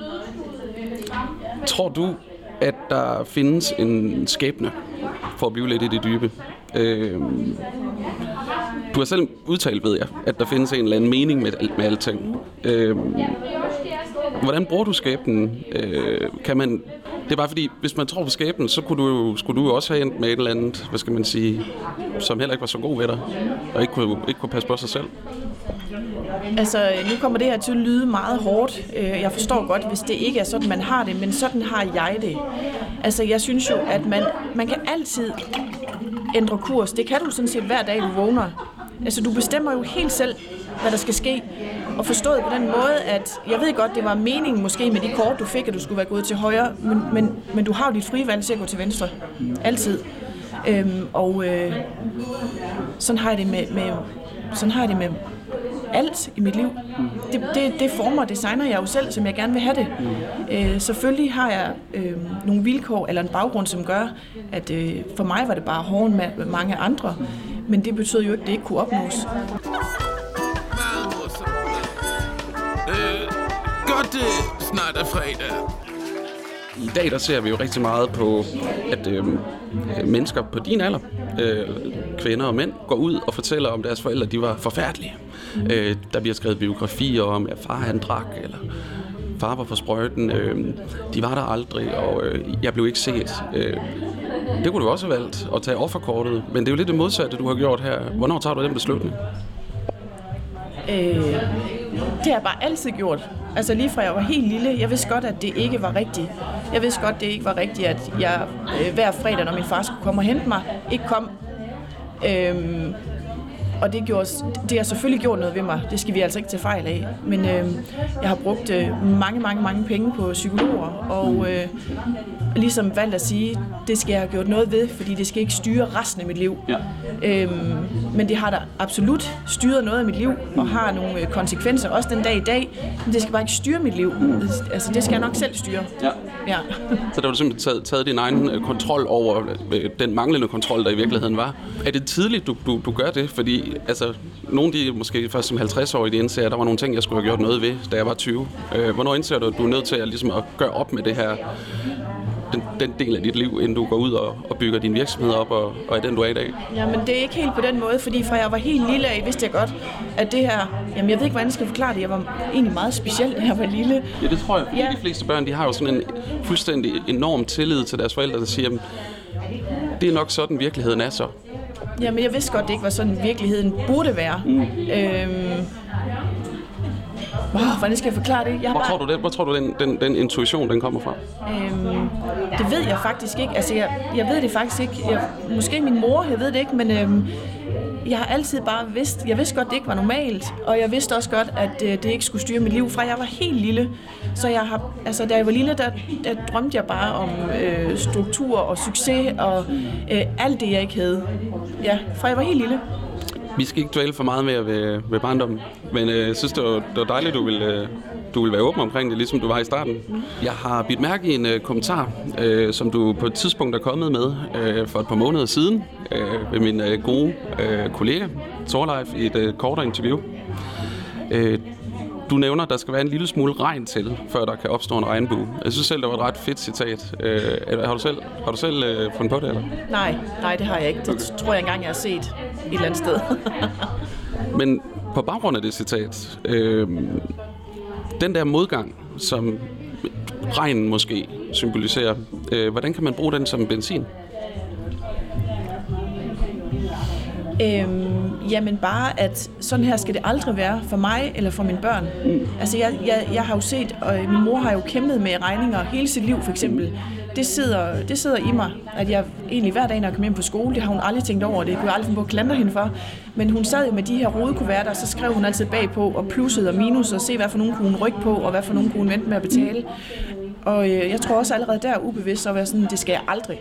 A: tror du, at der findes en skæbne, for at blive lidt i det dybe? Øh, du har selv udtalt, ved jeg, at der findes en eller anden mening med, med alting. Øh, Hvordan bruger du skæbnen? Øh, kan man, det er bare fordi, hvis man tror på skæbnen, så kunne du, skulle du jo også have endt med et eller andet, hvad skal man sige, som heller ikke var så god ved dig, og ikke kunne, ikke kunne passe på sig selv.
C: Altså, nu kommer det her til at lyde meget hårdt. Jeg forstår godt, hvis det ikke er sådan, man har det, men sådan har jeg det. Altså, jeg synes jo, at man, man kan altid ændre kurs. Det kan du sådan set hver dag, du vågner. Altså, du bestemmer jo helt selv, hvad der skal ske. Og forstået på den måde, at jeg ved godt, det var meningen måske med de kort, du fik, at du skulle være gået til højre, men, men, men du har jo dit frie valg til at gå til venstre. Altid. Øhm, og øh, sådan har jeg det med, med, sådan har jeg det med alt i mit liv. Det, det, det former og designer jeg jo selv, som jeg gerne vil have det. Øh, selvfølgelig har jeg øh, nogle vilkår eller en baggrund, som gør, at øh, for mig var det bare hårdere med mange andre, men det betød jo ikke, at det ikke kunne opnås.
B: Godt, det snart er fredag.
A: I dag der ser vi jo rigtig meget på, at øh, mennesker på din alder, øh, kvinder og mænd, går ud og fortæller om deres forældre, de var forfærdelige. Mm. Øh, der bliver skrevet biografier om, at far han drak, eller far var på sprøjten. Øh, de var der aldrig, og øh, jeg blev ikke set. Øh, det kunne du også have valgt at tage offerkortet, men det er jo lidt det modsatte, du har gjort her. Hvornår tager du den beslutning?
C: Øh, det har jeg bare altid gjort. Altså lige fra jeg var helt lille, jeg vidste godt, at det ikke var rigtigt. Jeg vidste godt, at det ikke var rigtigt, at jeg øh, hver fredag, når min far skulle komme og hente mig, ikke kom. Øhm, og det, gjorde, det har selvfølgelig gjort noget ved mig. Det skal vi altså ikke tage fejl af. Men øh, jeg har brugt øh, mange, mange, mange penge på psykologer, og øh, ligesom valgt at sige, det skal jeg have gjort noget ved, fordi det skal ikke styre resten af mit liv. Ja. Øhm, men det har da absolut styret noget af mit liv, og har nogle konsekvenser, også den dag i dag. Men det skal bare ikke styre mit liv. Altså, det skal jeg nok selv styre. Ja. Ja.
A: Så der har du simpelthen taget, taget din egen kontrol over den manglende kontrol, der i virkeligheden var. Er det tidligt, du, du, du gør det? Fordi altså, nogle de måske først som halvtreds-årige, de indser, at der var nogle ting, jeg skulle have gjort noget ved, da jeg var tyve. Øh, hvornår indser du, at du er nødt til at, ligesom, at gøre op med det her, den, den del af dit liv, inden du går ud og, og bygger din virksomhed op, og, og er den, du er i dag?
C: Jamen, det er ikke helt på den måde, fordi fra jeg var helt lille af, vidste jeg godt, at det her, jamen jeg ved ikke, hvordan jeg skal forklare det, jeg var egentlig meget speciel, da jeg var lille.
A: Ja, det tror jeg, fordi ja. De fleste børn, de har jo sådan en fuldstændig enorm tillid til deres forældre, der siger, det er nok sådan, virkeligheden er så.
C: Jamen, jeg vidste godt, det ikke var sådan, virkeligheden burde være. Mm. Øhm, Wow, hvordan skal jeg forklare det? Jeg
A: hvor,
C: bare...
A: tror du det? Hvor tror du, den, den, den intuition, den kommer fra?
C: Øhm, det ved jeg faktisk ikke. Altså, jeg, jeg ved det faktisk ikke. Jeg, måske min mor, jeg ved det ikke, men øhm, jeg har altid bare vidst, jeg vidste godt, det ikke var normalt, og jeg vidste også godt, at øh, det ikke skulle styre mit liv, fra jeg var helt lille. Så jeg har, altså, da jeg var lille, der, der drømte jeg bare om øh, struktur og succes og øh, alt det, jeg ikke havde. Ja, fra jeg var helt lille.
A: Vi skal ikke dvæle for meget mere ved, ved barndommen, men øh, jeg synes, det var, det var dejligt, du ville, øh, du ville være åben omkring det, ligesom du var i starten. Mm. Jeg har bidt mærke i en øh, kommentar, øh, som du på et tidspunkt er kommet med øh, for et par måneder siden øh, ved min øh, gode øh, kollega, Torleif, i et øh, kortere interview. Øh, Du nævner, at der skal være en lille smule regn til, før der kan opstå en regnbue. Jeg synes selv, det var et ret fedt citat. Øh, har du selv, har du selv øh, fundet på det, eller?
C: Nej, nej, det har jeg ikke. Det okay. tror jeg engang, jeg har set et eller andet sted.
A: Men på baggrund af det citat, øh, den der modgang, som regnen måske symboliserer, øh, hvordan kan man bruge den som benzin?
C: Øhm, jamen bare, at sådan her skal det aldrig være for mig eller for mine børn. Mm. Altså jeg, jeg, jeg har jo set, og min mor har jo kæmpet med regninger hele sit liv for eksempel. Det sidder, det sidder i mig, at jeg egentlig hver dag, når jeg kommer hjem på skole, det har hun aldrig tænkt over, det kunne jeg aldrig finde på at klandre hende for. Men hun sad jo med de her rodekuverter, og så skrev hun altid bagpå, og plussede og minus, og se hvad for nogen kunne hun rykke på, og hvad for nogen kunne hun vente med at betale. Og øh, jeg tror også allerede der ubevidst at være sådan, det skal jeg aldrig.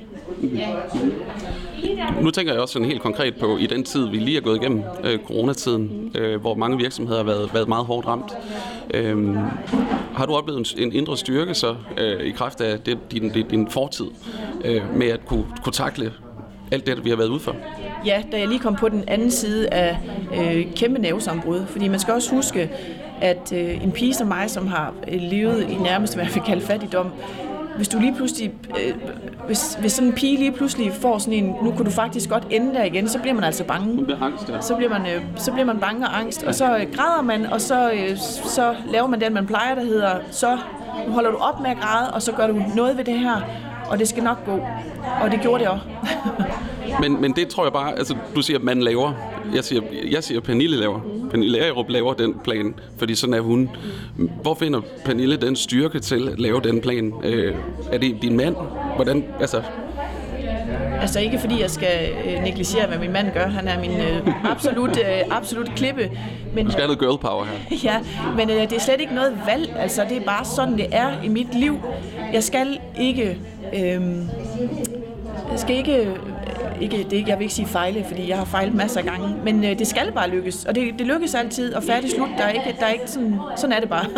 A: Nu tænker jeg også sådan helt konkret på, i den tid, vi lige er gået igennem, øh, coronatiden, øh, hvor mange virksomheder har været, været meget hårdt ramt. Øh, har du oplevet en, en indre styrke så, øh, i kraft af det, din, din, din fortid, øh, med at kunne, kunne takle alt det, vi har været ude for?
C: Ja, da jeg lige kom på den anden side af øh, kæmpe nervesambrud, fordi man skal også huske, at øh, en pige som mig, som har øh, levet i nærmest, hvad jeg vil kalde fattigdom, hvis du lige pludselig, øh, hvis, hvis sådan en pige lige pludselig får sådan en, nu kunne du faktisk godt ende der igen, så bliver man altså bange.
A: Hun bliver angst, ja.
C: Så bliver man, øh, så bliver man bange og angst, og så øh, græder man, og så, øh, så laver man den, man plejer, der hedder, så holder du op med at græde, og så gør du noget ved det her, og det skal nok gå. Og det gjorde det også.
A: men, men det tror jeg bare, altså du siger, at man laver. Jeg siger, jeg siger Pernille laver. Pernille Agerup laver den plan, fordi sådan er hun. Hvor finder Pernille den styrke til at lave den plan? Øh, er det din mand? Hvordan, altså...
C: Altså ikke fordi jeg skal øh, negligere, hvad min mand gør. Han er min øh, absolut, øh, absolut klippe. Men,
A: du skal have noget girl power her.
C: Ja, men øh, det er slet ikke noget valg. Altså det er bare sådan, det er i mit liv. Jeg skal ikke... Øh, jeg skal ikke... Ikke, det, jeg vil ikke sige fejle, fordi jeg har fejlet masser af gange, men øh, det skal bare lykkes, og det, det lykkes altid, og færdig slut, der er ikke, der er ikke sådan, sådan er det bare.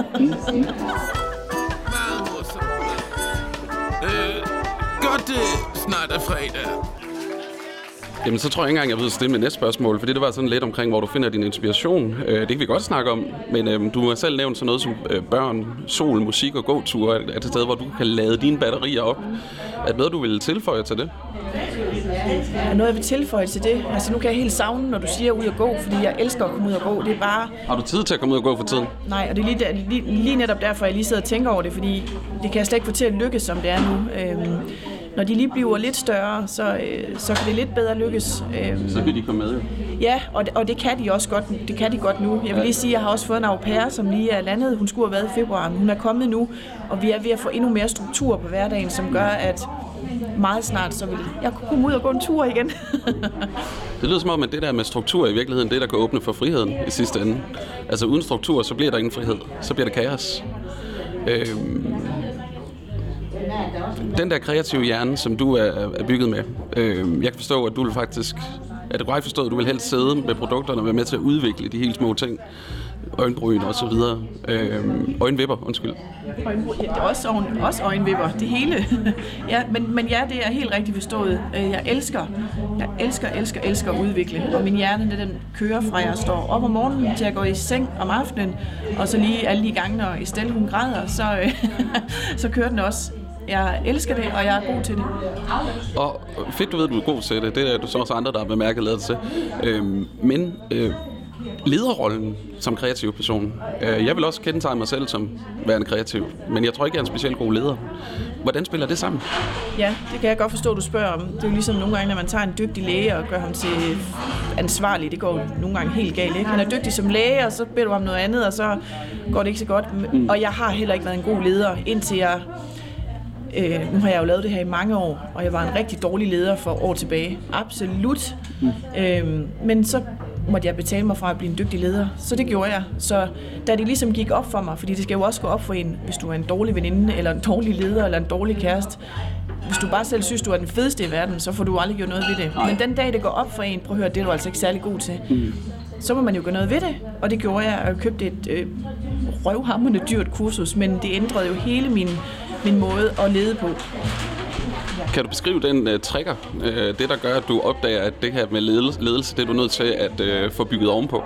B: øh, godt, det snart er fredag.
A: Jamen, så tror jeg ikke engang, jeg ved stille med næste spørgsmål, fordi det var sådan lidt omkring, hvor du finder din inspiration. Øh, det kan vi godt snakke om, men øh, du har selv nævnt sådan noget som øh, børn, sol, musik og gåture, er et sted, hvor du kan lade dine batterier op. Er det noget, du vil tilføje til det?
C: Ja, noget, jeg vil tilføje til det. Altså, nu kan jeg helt savne, når du siger ud og gå, fordi jeg elsker at komme ud og gå. Det er bare...
A: Har du tid til at komme ud og gå for tiden?
C: Nej, og det er lige, der, lige, lige netop derfor, jeg lige sidder og tænker over det, fordi det kan jeg slet ikke få til at lykkes, som det er nu. Øhm, når de lige bliver lidt større, så, øh, så kan det lidt bedre lykkes. Øhm,
A: så vil de komme med, jo.
C: Ja, og det, og det kan de også godt. Det kan de godt nu. Jeg vil lige sige, at jeg har også fået en au pair, som lige er landet. Hun skulle have været i februar, men hun er kommet nu, og vi er ved at få endnu mere struktur på hverdagen, som gør, at meget snart så vil jeg kunne komme ud og gå en tur igen.
A: Det lyder som om, at det der med struktur i virkeligheden, det der kan åbne for friheden i sidste ende. Altså uden struktur, så bliver der ingen frihed. Så bliver der kaos. Øhm, den der kreative hjerne, som du er, er bygget med, øhm, jeg kan forstå, at du vil faktisk, er det korrekt forstået, at du vil helst sidde med produkterne og være med til at udvikle de helt små ting. Øjenbryn og så videre. Øhm, øjenvipper, undskyld.
C: Øjenbryn, ja, det er også, øjen, også øjenvipper, det hele. Ja, men, men ja, det er helt rigtigt forstået. Jeg elsker, jeg elsker, elsker, elsker at udvikle. Og min hjerne, den kører fra, jeg står op om morgenen til at gå i seng om aftenen, og så lige alle de gange, når Estelle hun græder, så, øh, så kører den også. Jeg elsker det, og jeg er god til det.
A: Og fedt, du ved, du er god til det. Det er du så også andre, der har bemærket ladet til. Øhm, men... Øh, lederrollen som kreativ person. Jeg vil også kendetegne mig selv som værende kreativ, men jeg tror ikke, jeg er en specielt god leder. Hvordan spiller det sammen?
C: Ja, det kan jeg godt forstå, du spørger om. Det er jo ligesom nogle gange, når man tager en dygtig læge og gør ham til ansvarlig. Det går nogle gange helt galt, ikke? Han er dygtig som læge, og så beder du ham noget andet, og så går det ikke så godt. Og jeg har heller ikke været en god leder, indtil jeg... Øh, nu har jeg jo lavet det her i mange år, og jeg var en rigtig dårlig leder for år tilbage. Absolut. Mm. Øh, men så måtte jeg betale mig fra at blive en dygtig leder. Så det gjorde jeg. Så da det ligesom gik op for mig, fordi det skal jo også gå op for en, hvis du er en dårlig veninde, eller en dårlig leder, eller en dårlig kæreste. Hvis du bare selv synes, du er den fedeste i verden, så får du aldrig gjort noget ved det. Men den dag, det går op for en, prøv at høre, det er du altså ikke særlig god til. Mm. Så må man jo gøre noget ved det, og det gjorde jeg, og jeg købte et øh, røvhamrende dyrt kursus, men det ændrede jo hele min, min måde at lede på.
A: Kan du beskrive den uh, trigger, uh, det der gør, at du opdager, at det her med ledelse, ledelse det er du nødt til at uh, få bygget ovenpå?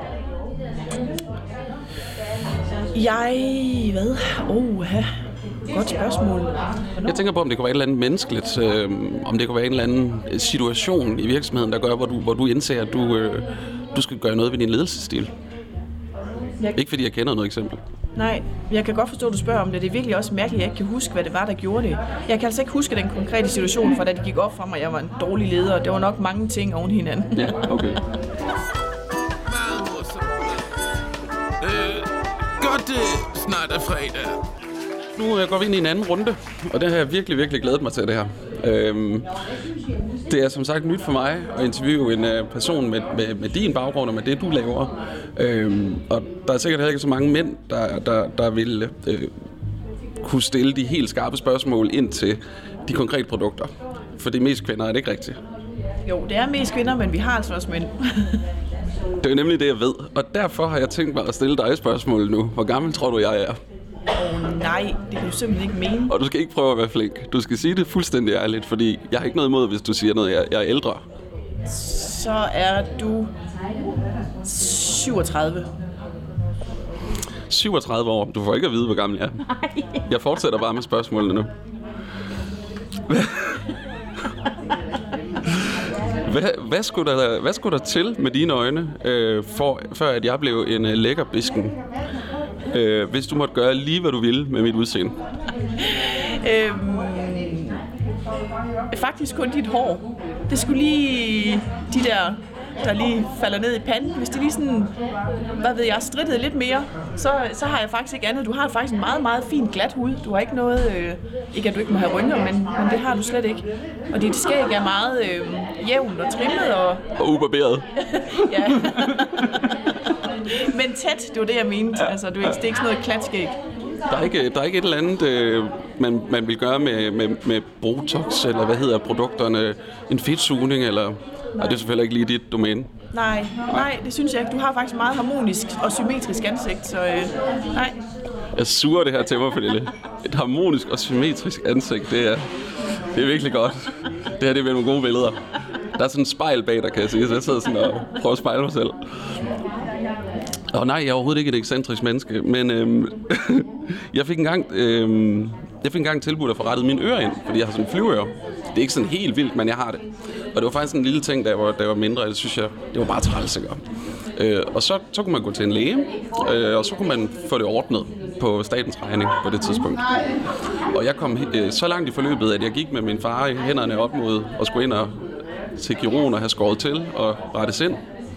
C: Jeg, hvad? Åh, ja. Godt spørgsmål. Hvornår?
A: Jeg tænker på, om det kunne være et eller andet menneskeligt, øh, om det kunne være en eller anden situation i virksomheden, der gør, hvor du, hvor du indser, at du, øh, du skal gøre noget ved din ledelsesstil. Jeg... Ikke fordi jeg kender noget eksempel.
C: Nej, jeg kan godt forstå, at du spørger om det. Det er virkelig også mærkeligt, at jeg ikke kan huske, hvad det var, der gjorde det. Jeg kan altså ikke huske den konkrete situation, fra da det gik op for mig, at jeg var en dårlig leder. Det var nok mange ting oven hinanden.
A: Ja, okay.
B: Meget morsomt. Øh, godt, det snart er fredag.
A: Nu går vi ind i en anden runde, og det har jeg virkelig, virkelig glædet mig til, det her. Øhm, det er som sagt nyt for mig at interviewe en uh, person med, med, med din baggrund og med det, du laver. Øhm, og der er sikkert heller ikke så mange mænd, der, der, der vil øh, kunne stille de helt skarpe spørgsmål ind til de konkrete produkter. For det er mest kvinder, er det ikke rigtigt?
C: Jo, det er mest kvinder, men vi har altså også mænd.
A: Det er nemlig det, jeg ved. Og derfor har jeg tænkt mig at stille dig et spørgsmål nu. Hvor gammel tror du, jeg er?
C: Åh oh, nej, det kan du simpelthen ikke mene.
A: Og du skal ikke prøve at være flink. Du skal sige det fuldstændig ærligt, fordi jeg har ikke noget imod, hvis du siger noget, jeg, jeg er ældre.
C: Så er du syvogtredive.
A: syvogtredive år. Du får ikke at vide, hvor gammel jeg er.
C: Nej.
A: Jeg fortsætter bare med spørgsmålene nu. Hvad, hvad, skulle der, hvad skulle der til med dine øjne, øh, for, før at jeg blev en øh, lækker bisken? Øh, hvis du måtte gøre lige, hvad du ville med mit udseende?
C: øhm, faktisk kun dit hår. Det skulle lige de der, der lige falder ned i panden. Hvis det lige sådan, hvad ved jeg, strittede lidt mere, så, så har jeg faktisk ikke andet. Du har faktisk en meget, meget fin glat hud. Du har ikke noget, øh, ikke at du ikke må have rynker, men, men det har du slet ikke. Og dit skæg er meget øh, jævnt og trimmet og...
A: Og ubarberet.
C: Ja. Men tæt, det var det, jeg mente. Altså, det er ikke, det er ikke sådan noget klatskæg.
A: Der er ikke, der er ikke et eller andet, øh, man, man vil gøre med, med, med Botox, eller hvad hedder produkterne, en fedtsugning, eller... Nej, det er selvfølgelig ikke lige dit domæne.
C: Nej, nej, det synes jeg ikke. Du har faktisk meget harmonisk og symmetrisk ansigt, så øh, nej.
A: Jeg suger det her til mig, Pernille. Et harmonisk og symmetrisk ansigt, det er, det er virkelig godt. Det her, det er nogle gode billeder. Der er sådan en spejl bag, der kan jeg sige, så jeg sidder sådan og prøver at spejle mig selv. Og nej, jeg er overhovedet ikke et ekscentrisk menneske, men øhm, jeg fik engang øhm, jeg fik engang tilbudt at få rettet mine ører ind, fordi jeg har sådan en flyveøre. Det er ikke sådan helt vildt, men jeg har det. Og det var faktisk en lille ting, da jeg var, da jeg var mindre, det synes jeg, det var bare træls at gøre. Øh, og så, så kunne man gå til en læge, øh, og så kunne man få det ordnet på statens regning på det tidspunkt. Og jeg kom øh, så langt i forløbet, at jeg gik med min far i hænderne op mod og skulle ind og til kirurgen og have skåret til og rettes ind.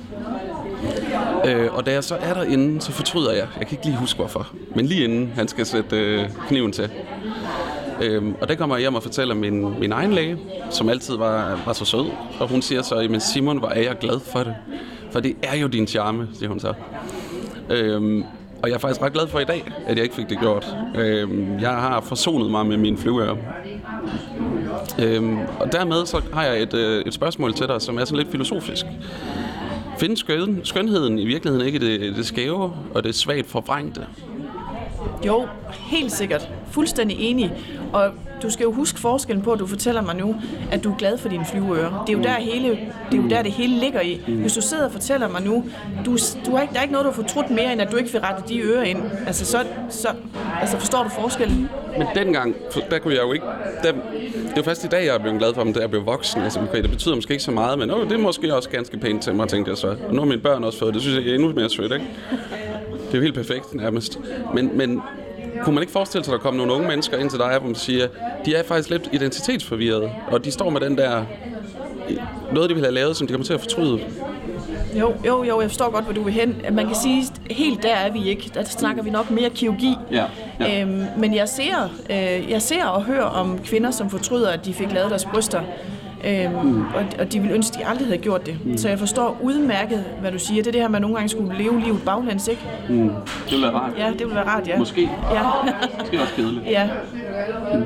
A: Øh, og da jeg så er derinde, så fortryder jeg. Jeg kan ikke lige huske hvorfor. Men lige inden han skal sætte øh, kniven til. Øh, og der kommer jeg hjem og fortæller min, min egen læge, som altid var, var så sød. Og hun siger så, men Simon, hvor er jeg glad for det. For det er jo din charme, siger hun så. Øh, og jeg er faktisk ret glad for i dag, at jeg ikke fik det gjort. Øh, jeg har forsonet mig med mine flyveører. Øh, og dermed så har jeg et, øh, et spørgsmål til dig, som er så lidt filosofisk. Findes skøn, skønheden i virkeligheden ikke det, det skæve og det svagt forvrængte?
C: Jo, helt sikkert. Fuldstændig enig. Og du skal jo huske forskellen på, at du fortæller mig nu, at du er glad for dine flyveører. Det er jo der, hele, det, er jo der det hele ligger i. Hvis du sidder og fortæller mig nu, du, du har ikke, der er ikke noget, du har fortrudt mere, end at du ikke vil rette de ører ind. Altså, så, så, altså forstår du forskellen?
A: Men dengang, der kunne jeg jo ikke... Der, det er jo først i dag, jeg er blevet glad for dem, da jeg blev voksen. Altså, okay, det betyder måske ikke så meget, men åh, det er måske også ganske pænt til mig, tænkte jeg så. Og nu har mine børn også fået det, synes jeg er endnu mere sødt, ikke? Det er jo helt perfekt nærmest. Men, men kunne man ikke forestille sig, at der kommer nogle unge mennesker ind til dig, hvor man siger, de er faktisk lidt identitetsforvirrede, og de står med den der... Noget, de vil have lavet, som de kommer til at fortryde.
C: Jo, jo, jo, jeg forstår godt, hvor du vil hen. Man kan sige, helt der er vi ikke. Der snakker vi nok mere kirurgi.
A: Ja, ja.
C: Øhm, men jeg ser, øh, jeg ser og hører om kvinder, som fortryder, at de fik lavet deres bryster. Øhm, mm. og, og de ville ønske, de aldrig havde gjort det. Mm. Så jeg forstår udmærket, hvad du siger. Det er det her, man nogle gange skulle leve livet baglæns, ikke?
A: Mm. Det ville være rart.
C: Ja, det ville være rart, ja.
A: Måske.
C: Ja.
A: Måske også kedeligt.
C: Ja.
A: Mm.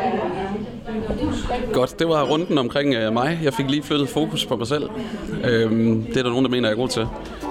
A: Godt, det var runden omkring øh, mig. Jeg fik lige flyttet fokus på mig selv. Øhm, det er der nogen, der mener, jeg er god til.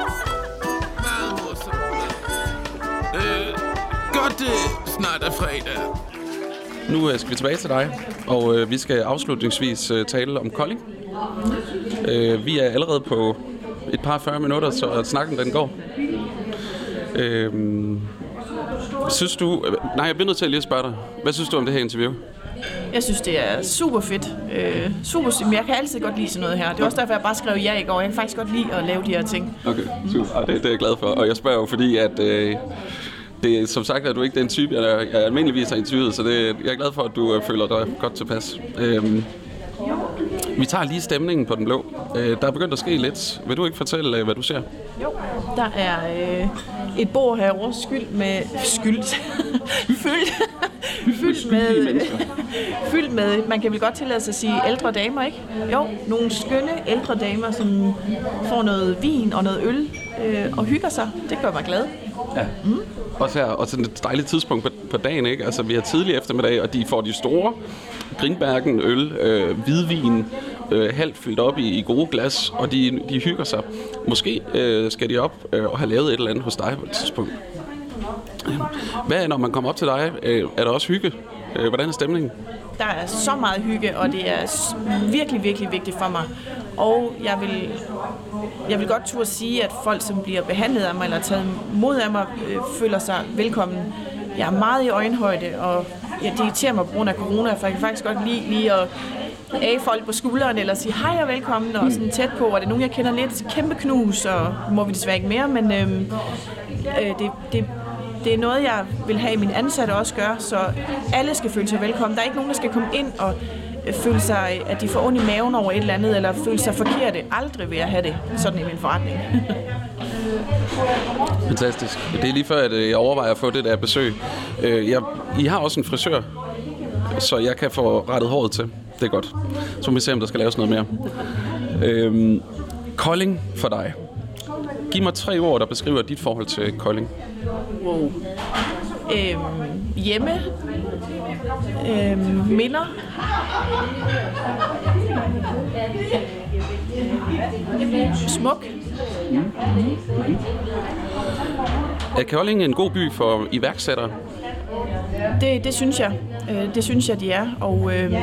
B: Øh, godt, det snart er fredag.
A: Nu øh, skal vi tilbage til dig, og øh, vi skal afslutningsvis øh, tale om Kolding. Øh, vi er allerede på et par fyrre minutter, så snakken den går. Øh, synes du... Øh, nej, jeg bliver nødt til at lige at spørge dig. Hvad synes du om det her interview?
C: Jeg synes, det er super fedt. Øh, super, men jeg kan altid godt lide sådan noget her. Det er også derfor, jeg bare skrev ja i går. Jeg kan faktisk godt lide at lave de her ting.
A: Okay, super. Det, det er jeg glad for. Og jeg spørger jo, fordi at... Øh, det, som sagt er du ikke den type, jeg, jeg almindeligvis har interviewet, så det, jeg er glad for, at du øh, føler dig godt tilpas. Øhm, vi tager lige stemningen på den blå. Øh, der er begyndt at ske lidt. Vil du ikke fortælle, øh, hvad du ser?
C: Jo, der er øh, et bord herovre skyld med... Skyld? fyldt fyldt med... fyldt med... Man kan vel godt tillade sig at sige ældre damer, ikke? Jo, nogle skønne ældre damer, som får noget vin og noget øl øh, og hygger sig. Det gør mig glad.
A: Ja. Mm. Også her, og sådan et dejligt tidspunkt på, på dagen, ikke? Altså, vi har tidlig eftermiddag, og de får de store Grinbergen, øl, øh, hvidvin, øh, halvt fyldt op i, i gode glas, og de, de hygger sig. Måske øh, skal de op øh, og have lavet et eller andet hos dig på et tidspunkt. Hvad når man kommer op til dig? Øh, er der også hygge? Øh, hvordan er stemningen?
C: Der er så meget hygge, og det er virkelig, virkelig vigtigt for mig. Og jeg vil, jeg vil godt turde sige, at folk, som bliver behandlet af mig eller taget mod af mig, øh, føler sig velkommen. Jeg er meget i øjenhøjde, og ja, det irriterer mig på grund af corona, for jeg kan faktisk godt lide lige at af folk på skulderen, eller sige hej og velkommen, og sådan tæt på, og det er nogen, jeg kender lidt, kæmpe knus, og må vi desværre ikke mere, men øh, øh, det, det Det er noget, jeg vil have mine ansatte også gøre, så alle skal føle sig velkommen. Der er ikke nogen, der skal komme ind og føle sig, at de får ondt i maven over et eller andet, eller føle sig forkerte. Aldrig vil jeg have det sådan i min forretning.
A: Fantastisk. Det er lige før, at jeg overvejer at få det der besøg. Jeg, I har også en frisør, så jeg kan få rettet håret til. Det er godt. Så må vi se, om der skal laves noget mere. Øhm, Kolding for dig. Giv mig tre ord, der beskriver dit forhold til Kolding.
C: Wow. Øhm, hjemme. Øhm, minder. Smuk.
A: Mm. Er Kolding en god by for iværksættere?
C: Det, det synes jeg. Det synes jeg, de er. Og øhm,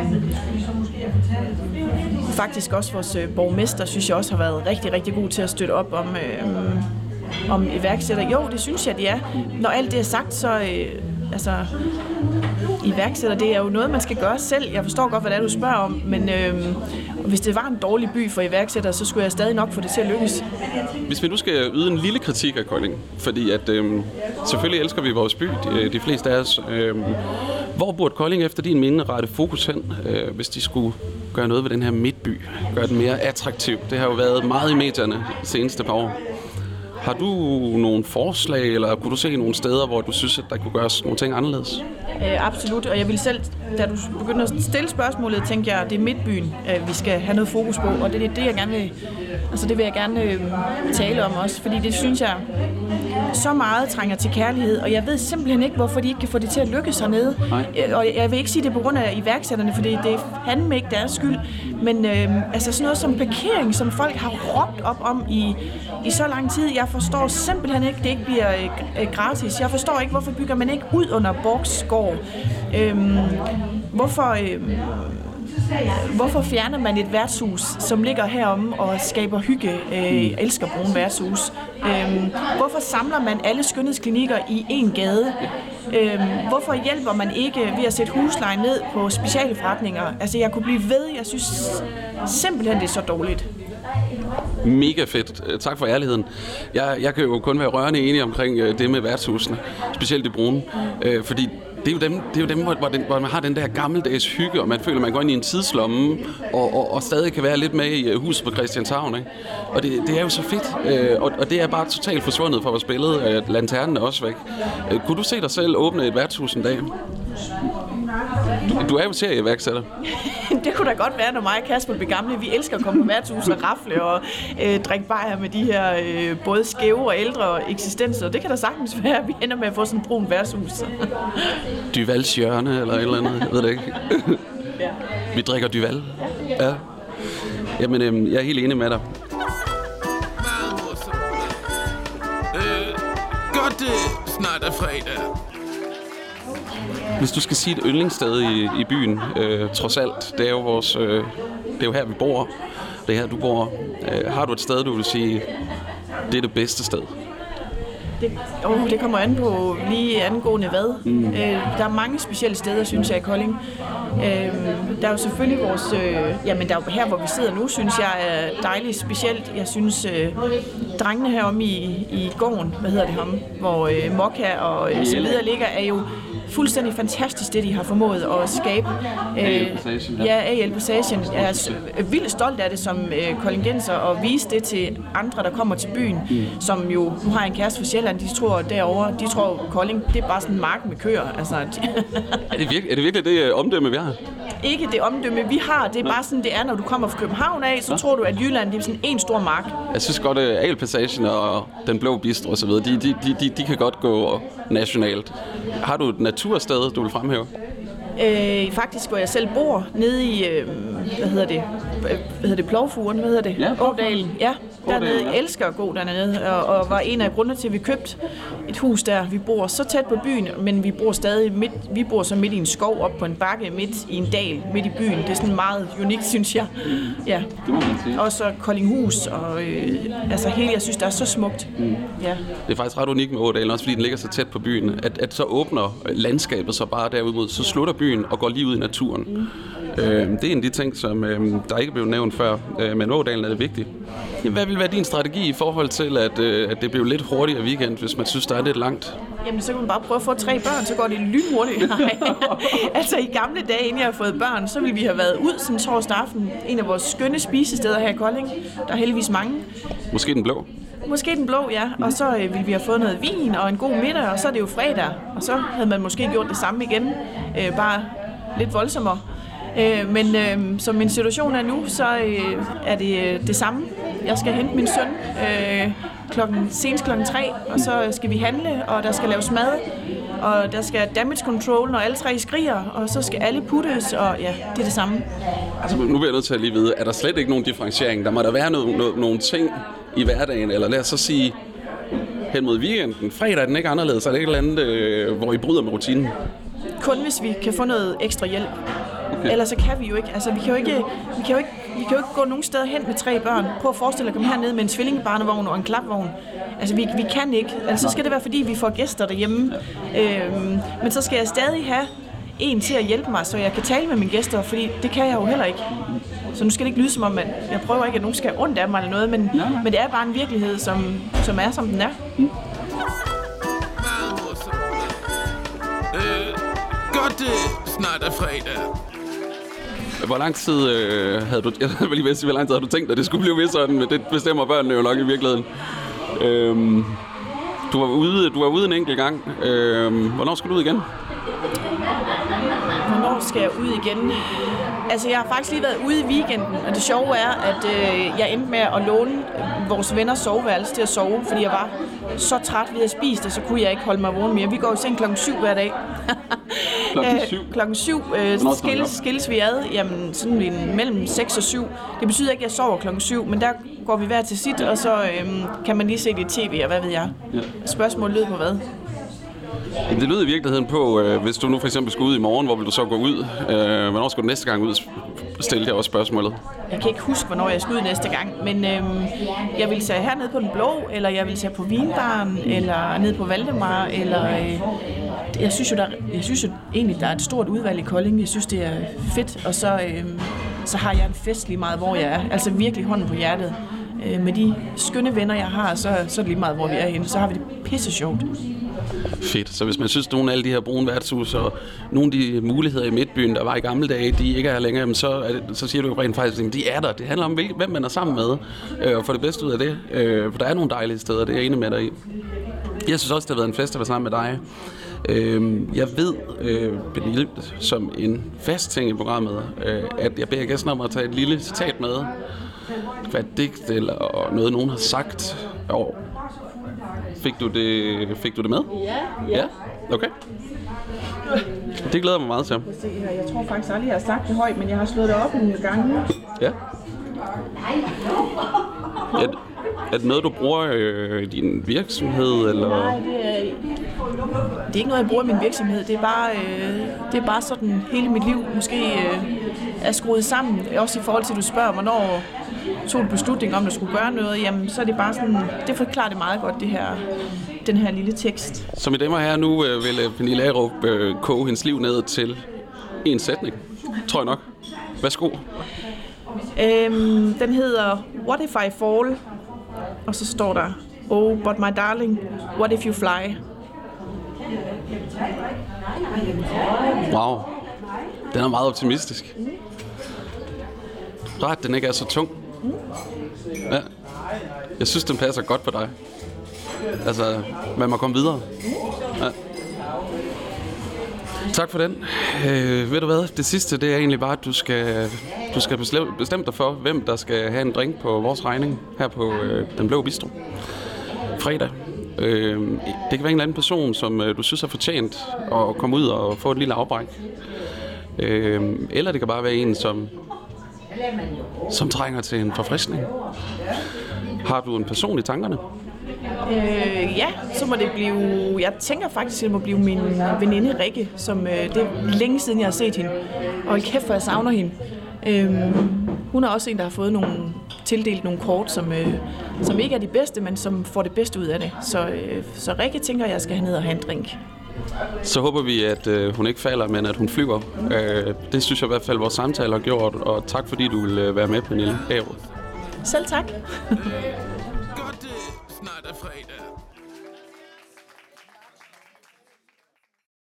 C: faktisk også vores borgmester, synes jeg også har været rigtig, rigtig god til at støtte op om, øhm, om iværksættere. Jo, det synes jeg, de er. Når alt det er sagt, så øh, altså, iværksætter, det er jo noget, man skal gøre selv. Jeg forstår godt, hvad det er, du spørger om, men øh, hvis det var en dårlig by for iværksættere, så skulle jeg stadig nok få det til at lykkes. Hvis
A: vi nu skal yde en lille kritik af Kolding, fordi at øh, selvfølgelig elsker vi vores by, de, de fleste af os. Øh, hvor burde Kolding efter din mening rette fokus hen, øh, hvis de skulle gøre noget ved den her midtby, gøre den mere attraktiv? Det har jo været meget i medierne de seneste par år. Har du nogle forslag, eller kunne du se nogle steder, hvor du synes, at der kunne gøres nogle ting anderledes?
C: Øh, absolut, og jeg vil selv, da du begyndte at stille spørgsmålet, tænkte jeg, at det er midtbyen, øh, vi skal have noget fokus på, og det er det, jeg gerne vil, altså det vil jeg gerne øh, tale om også, fordi det synes jeg så meget trænger til kærlighed, og jeg ved simpelthen ikke, hvorfor de ikke kan få det til at lykkes hernede. Øh, og jeg vil ikke sige det på grund af iværksætterne, fordi det er fandme ikke deres skyld, men øh, altså sådan noget som parkering, som folk har råbt op om i, i så lang tid, jeg forstår simpelthen ikke, det ikke bliver øh, gratis. Jeg forstår ikke, hvorfor bygger man ikke ud under Borgsgård. Øhm, hvorfor, øhm, hvorfor fjerner man et værtshus, som ligger heromme og skaber hygge? Øh, jeg elsker brune værtshus. Øhm, hvorfor samler man alle skønhedsklinikker i en gade? Øhm, hvorfor hjælper man ikke ved at sætte huslejen ned på specialforretninger? Altså, jeg kunne blive ved. Jeg synes simpelthen, det er så dårligt.
A: Mega fedt. Tak for ærligheden. Jeg, jeg kan jo kun være rørende enig omkring det med værtshusene, specielt det brune, øh, fordi det er jo dem, det er jo dem hvor, hvor, den, hvor man har den der gammeldags hygge, og man føler, at man går ind i en tidslomme, og, og, og stadig kan være lidt med i huset på Christianshavn, ikke? Og det, det er jo så fedt, øh, og, og det er bare totalt forsvundet fra vores billede, at lanternen er også væk. Øh, kunne du se dig selv åbne et værtshus en dag? Du er jo serieværksætter.
C: Det kunne da godt være, når mig og Kasper bliver gamle. Vi elsker at komme på værtshus og rafle og øh, drikke bajer med de her øh, både skæve og ældre eksistenser. Det kan da sagtens være, at vi ender med at få sådan en brun værtshus.
A: Duvals hjørne eller et eller andet, jeg ved det ikke.
C: Ja.
A: Vi drikker Duval. Ja. Jamen, øh, jeg er helt enig med dig.
B: Meget morsomt. Øh, godt det snart er fredag.
A: Hvis du skal sige et yndlingssted i, i byen, øh, trods alt, det er jo vores, øh, det er jo her vi bor. Det er her du bor. Øh, har du et sted, du vil sige, det er det bedste sted?
C: Det, oh, det kommer an på lige angående hvad. Mm. Øh, der er mange specielle steder, synes jeg, i Kolding. Øh, der er jo selvfølgelig vores... Øh, jamen, der er jo her, hvor vi sidder nu, synes jeg er dejligt specielt. Jeg synes, øh, drengene heromme i, i gården, hvad hedder det ham, hvor øh, Mokka og øh, så videre ligger, er jo fuldstændig fantastisk, det de har formået at skabe.
A: A L Passagen.
C: Ja, A L Passagen. Jeg er vildt stolt af det som øh, koldingenser og vise det til andre, der kommer til byen, mm. som jo, nu har jeg en kæreste fra Sjælland, de tror derovre, de tror Kolding, det er bare sådan en mark med køer. Altså,
A: er, det virkelig, er det virkelig det omdømme, vi har?
C: Ikke det omdømme, vi har. Det er Nå. bare sådan, det er, når du kommer fra København af, så Nå. tror du, at Jylland det er sådan en stor mark. Jeg
A: synes godt, at A L Passagen og Den Blå Bistro og så videre, de, de, de, de, de kan godt gå nationalt. Har du et natursted, du vil fremhæve?
C: Øh, faktisk, hvor jeg selv bor, nede i, øh, hvad hedder det, hvad hedder det, Plovfuren, hvad hedder det?
A: Ja,
C: Ådalen. Ja, dernede. Jeg elsker at gå dernede, og, og var en af grundene til, at vi købte et hus der. Vi bor så tæt på byen, men vi bor stadig midt, vi bor så midt i en skov op på en bakke, midt i en dal, midt i byen. Det er sådan meget unikt, synes jeg. Ja.
A: Det må man sige.
C: Og så Koldinghus, og øh, altså hele, jeg synes, det er så smukt. Mm. Ja.
A: Det er faktisk ret unikt med Ådalen, også fordi den ligger så tæt på byen, at, at så åbner landskabet så bare derude mod, så slutter byen og går lige ud i naturen. Mm. Øh, det er en af de ting, som øh, der ikke blev nævnt før, øh, men Ådalen er det vigtigt. Hvad vil være din strategi i forhold til, at, øh, at det bliver lidt hurtigere weekend, hvis man synes, der er lidt langt?
C: Jamen, så kan man bare prøve at få tre børn, så går det lynhurtigt. Altså, i gamle dage, inden jeg har fået børn, så ville vi have været ud sådan torsdag aften. En af vores skønne spisesteder her i Kolding. Der er heldigvis mange.
A: Måske Den Blå?
C: Måske Den Blå, ja. Og så øh, ville vi have fået noget vin og en god middag, og så er det jo fredag. Og så havde man måske gjort det samme igen, øh, bare lidt voldsommere. Øh, men øh, som min situation er nu, så øh, er det øh, det samme. Jeg skal hente min søn øh, klokken, senest klokken tre, og så skal vi handle, og der skal laves mad, og der skal damage control, når alle tre skriger, og så skal alle puttes, og ja, det er det samme.
A: Altså, nu bliver jeg nødt til at lige vide, er der slet ikke nogen differentiering? Der må der være noget, noget, nogle ting i hverdagen, eller lad os så sige, hen mod weekenden. Fredag er den ikke anderledes, er det ikke et eller andet, øh, hvor I bryder med rutinen?
C: Kun hvis vi kan få noget ekstra hjælp. Okay. Ellers så kan vi jo ikke. Altså, vi kan jo ikke, vi kan jo ikke, vi kan jo ikke gå nogen steder hen med tre børn. Prøv at forestille dig at komme herned med en tvillingebarnevogn og en klapvogn. Altså, vi, vi kan ikke. Altså, så skal det være, fordi vi får gæster derhjemme. Øhm, men så skal jeg stadig have en til at hjælpe mig, så jeg kan tale med mine gæster, fordi det kan jeg jo heller ikke. Så nu skal det ikke lyde som om, at jeg prøver ikke, at nogen skal have ondt af mig eller noget, men, men det er bare en virkelighed, som, som er, som den er. Mm.
B: Øh, godt det snart er fredag.
A: Hvor lang tid øh, havde du, jeg vil lige ved at sige, hvor lang tid havde du tænkt, at det skulle blive ved sådan, men det bestemmer børnene jo nok i virkeligheden. Øhm, du var ude, du var ude en enkelt gang. Øhm, hvornår skal du ud igen?
C: Hvornår skal jeg ud igen? Altså, jeg har faktisk lige været ude i weekenden, og det sjove er, at øh, jeg endte med at låne vores venners soveværelse til at sove, fordi jeg var så træt ved at spise det, så kunne jeg ikke holde mig vågen mere. Vi går i seng klokken syv hver dag.
A: Klokken syv?
C: Øh, klokken syv øh, skilles, skilles vi ad, jamen sådan en, mellem seks og syv. Det betyder ikke, at jeg sover klokken syv, men der går vi hver til sit, og så øh, kan man lige se det i tv, og hvad ved jeg. Ja. Spørgsmålet lød på hvad?
A: Det lyder i virkeligheden på, øh, hvis du nu for eksempel skal ud i morgen, hvor vil du så gå ud? Øh, hvornår skal du næste gang ud? Stille det også spørgsmålet.
C: Jeg kan ikke huske, hvornår jeg skal ud næste gang, men øh, jeg vil tage hernede på Den Blå, eller jeg vil tage på Vinbaren, eller ned på Valdemar, eller... Øh, jeg synes jo, der, jeg synes jo egentlig, der er et stort udvalg i Kolding. Jeg synes, det er fedt, og så, øh, så har jeg en fest lige meget, hvor jeg er. Altså virkelig hånden på hjertet. Øh, med de skønne venner, jeg har, så, så er det lige meget, hvor vi er henne. Så har vi det pisse sjovt.
A: Fedt. Så hvis man synes, at nogle af alle de her brune værtshus og nogle af de muligheder i Midtbyen, der var i gamle dage, de ikke er længere, så, er det, så siger du jo rent faktisk, at de er der. Det handler om, hvem man er sammen med, øh, og få det bedste ud af det. Øh, for der er nogle dejlige steder, det er jeg enig med dig i. Jeg synes også, det har været en fest at være sammen med dig. Øh, jeg ved, øh, Pernille, som en fast ting i programmet, øh, at jeg beder gæsten om at tage et lille citat med. Hvad et digt eller noget, nogen har sagt. Og fik du det, fik du det med?
C: Ja.
A: Ja? Okay. Det glæder jeg mig meget til.
C: Jeg tror faktisk aldrig, jeg har sagt det højt, men jeg har slået det op nogle gange.
A: Ja. Er, er det noget, du bruger øh, i din virksomhed? Eller?
C: Nej, det er, det er ikke noget, jeg bruger i min virksomhed. Det er bare, øh, det er bare sådan, hele mit liv måske øh, er skruet sammen. Også i forhold til, at du spørger, hvornår tog du beslutning om, at du skulle gøre noget. Jamen, så er det bare sådan, det forklarer det meget godt, det her, den her lille tekst.
A: Som i dem her nu øh, vil Pernille Agerup øh, koge hendes liv ned til en sætning. Tror jeg nok. Værsgo.
C: Øhm, den hedder What if I fall? Og så står der Oh, but my darling, what if you fly?
A: Wow. Den er meget optimistisk. Ret, den ikke er så tung. Ja. Jeg synes, den passer godt på dig. Altså, man må komme videre. Ja. Tak for den. Øh, ved du hvad? Det sidste, det er egentlig bare, at du skal, du skal bestemme dig for, hvem der skal have en drink på vores regning her på øh, Den Blå Bistro. Fredag. Øh, det kan være en eller anden person, som øh, du synes er fortjent at komme ud og få et lille afbræk. Øh, eller det kan bare være en, som, som trænger til en forfriskning. Har du en person i tankerne?
C: Øh, ja, så må det blive... Jeg tænker faktisk, at det må blive min veninde Rikke, som øh, det er længe siden, jeg har set hende. Og kæft, hvor jeg savner hende. Øh, hun er også en, der har fået nogle, tildelt nogle kort, som, øh, som ikke er de bedste, men som får det bedste ud af det. Så, øh, så Rikke tænker, at jeg skal have ned og have en drink.
A: Så håber vi, at øh, hun ikke falder, men at hun flyver. Øh, det synes jeg i hvert fald, vores samtale har gjort. Og tak fordi du vil være med, Pernille Agerup.
C: Selv tak.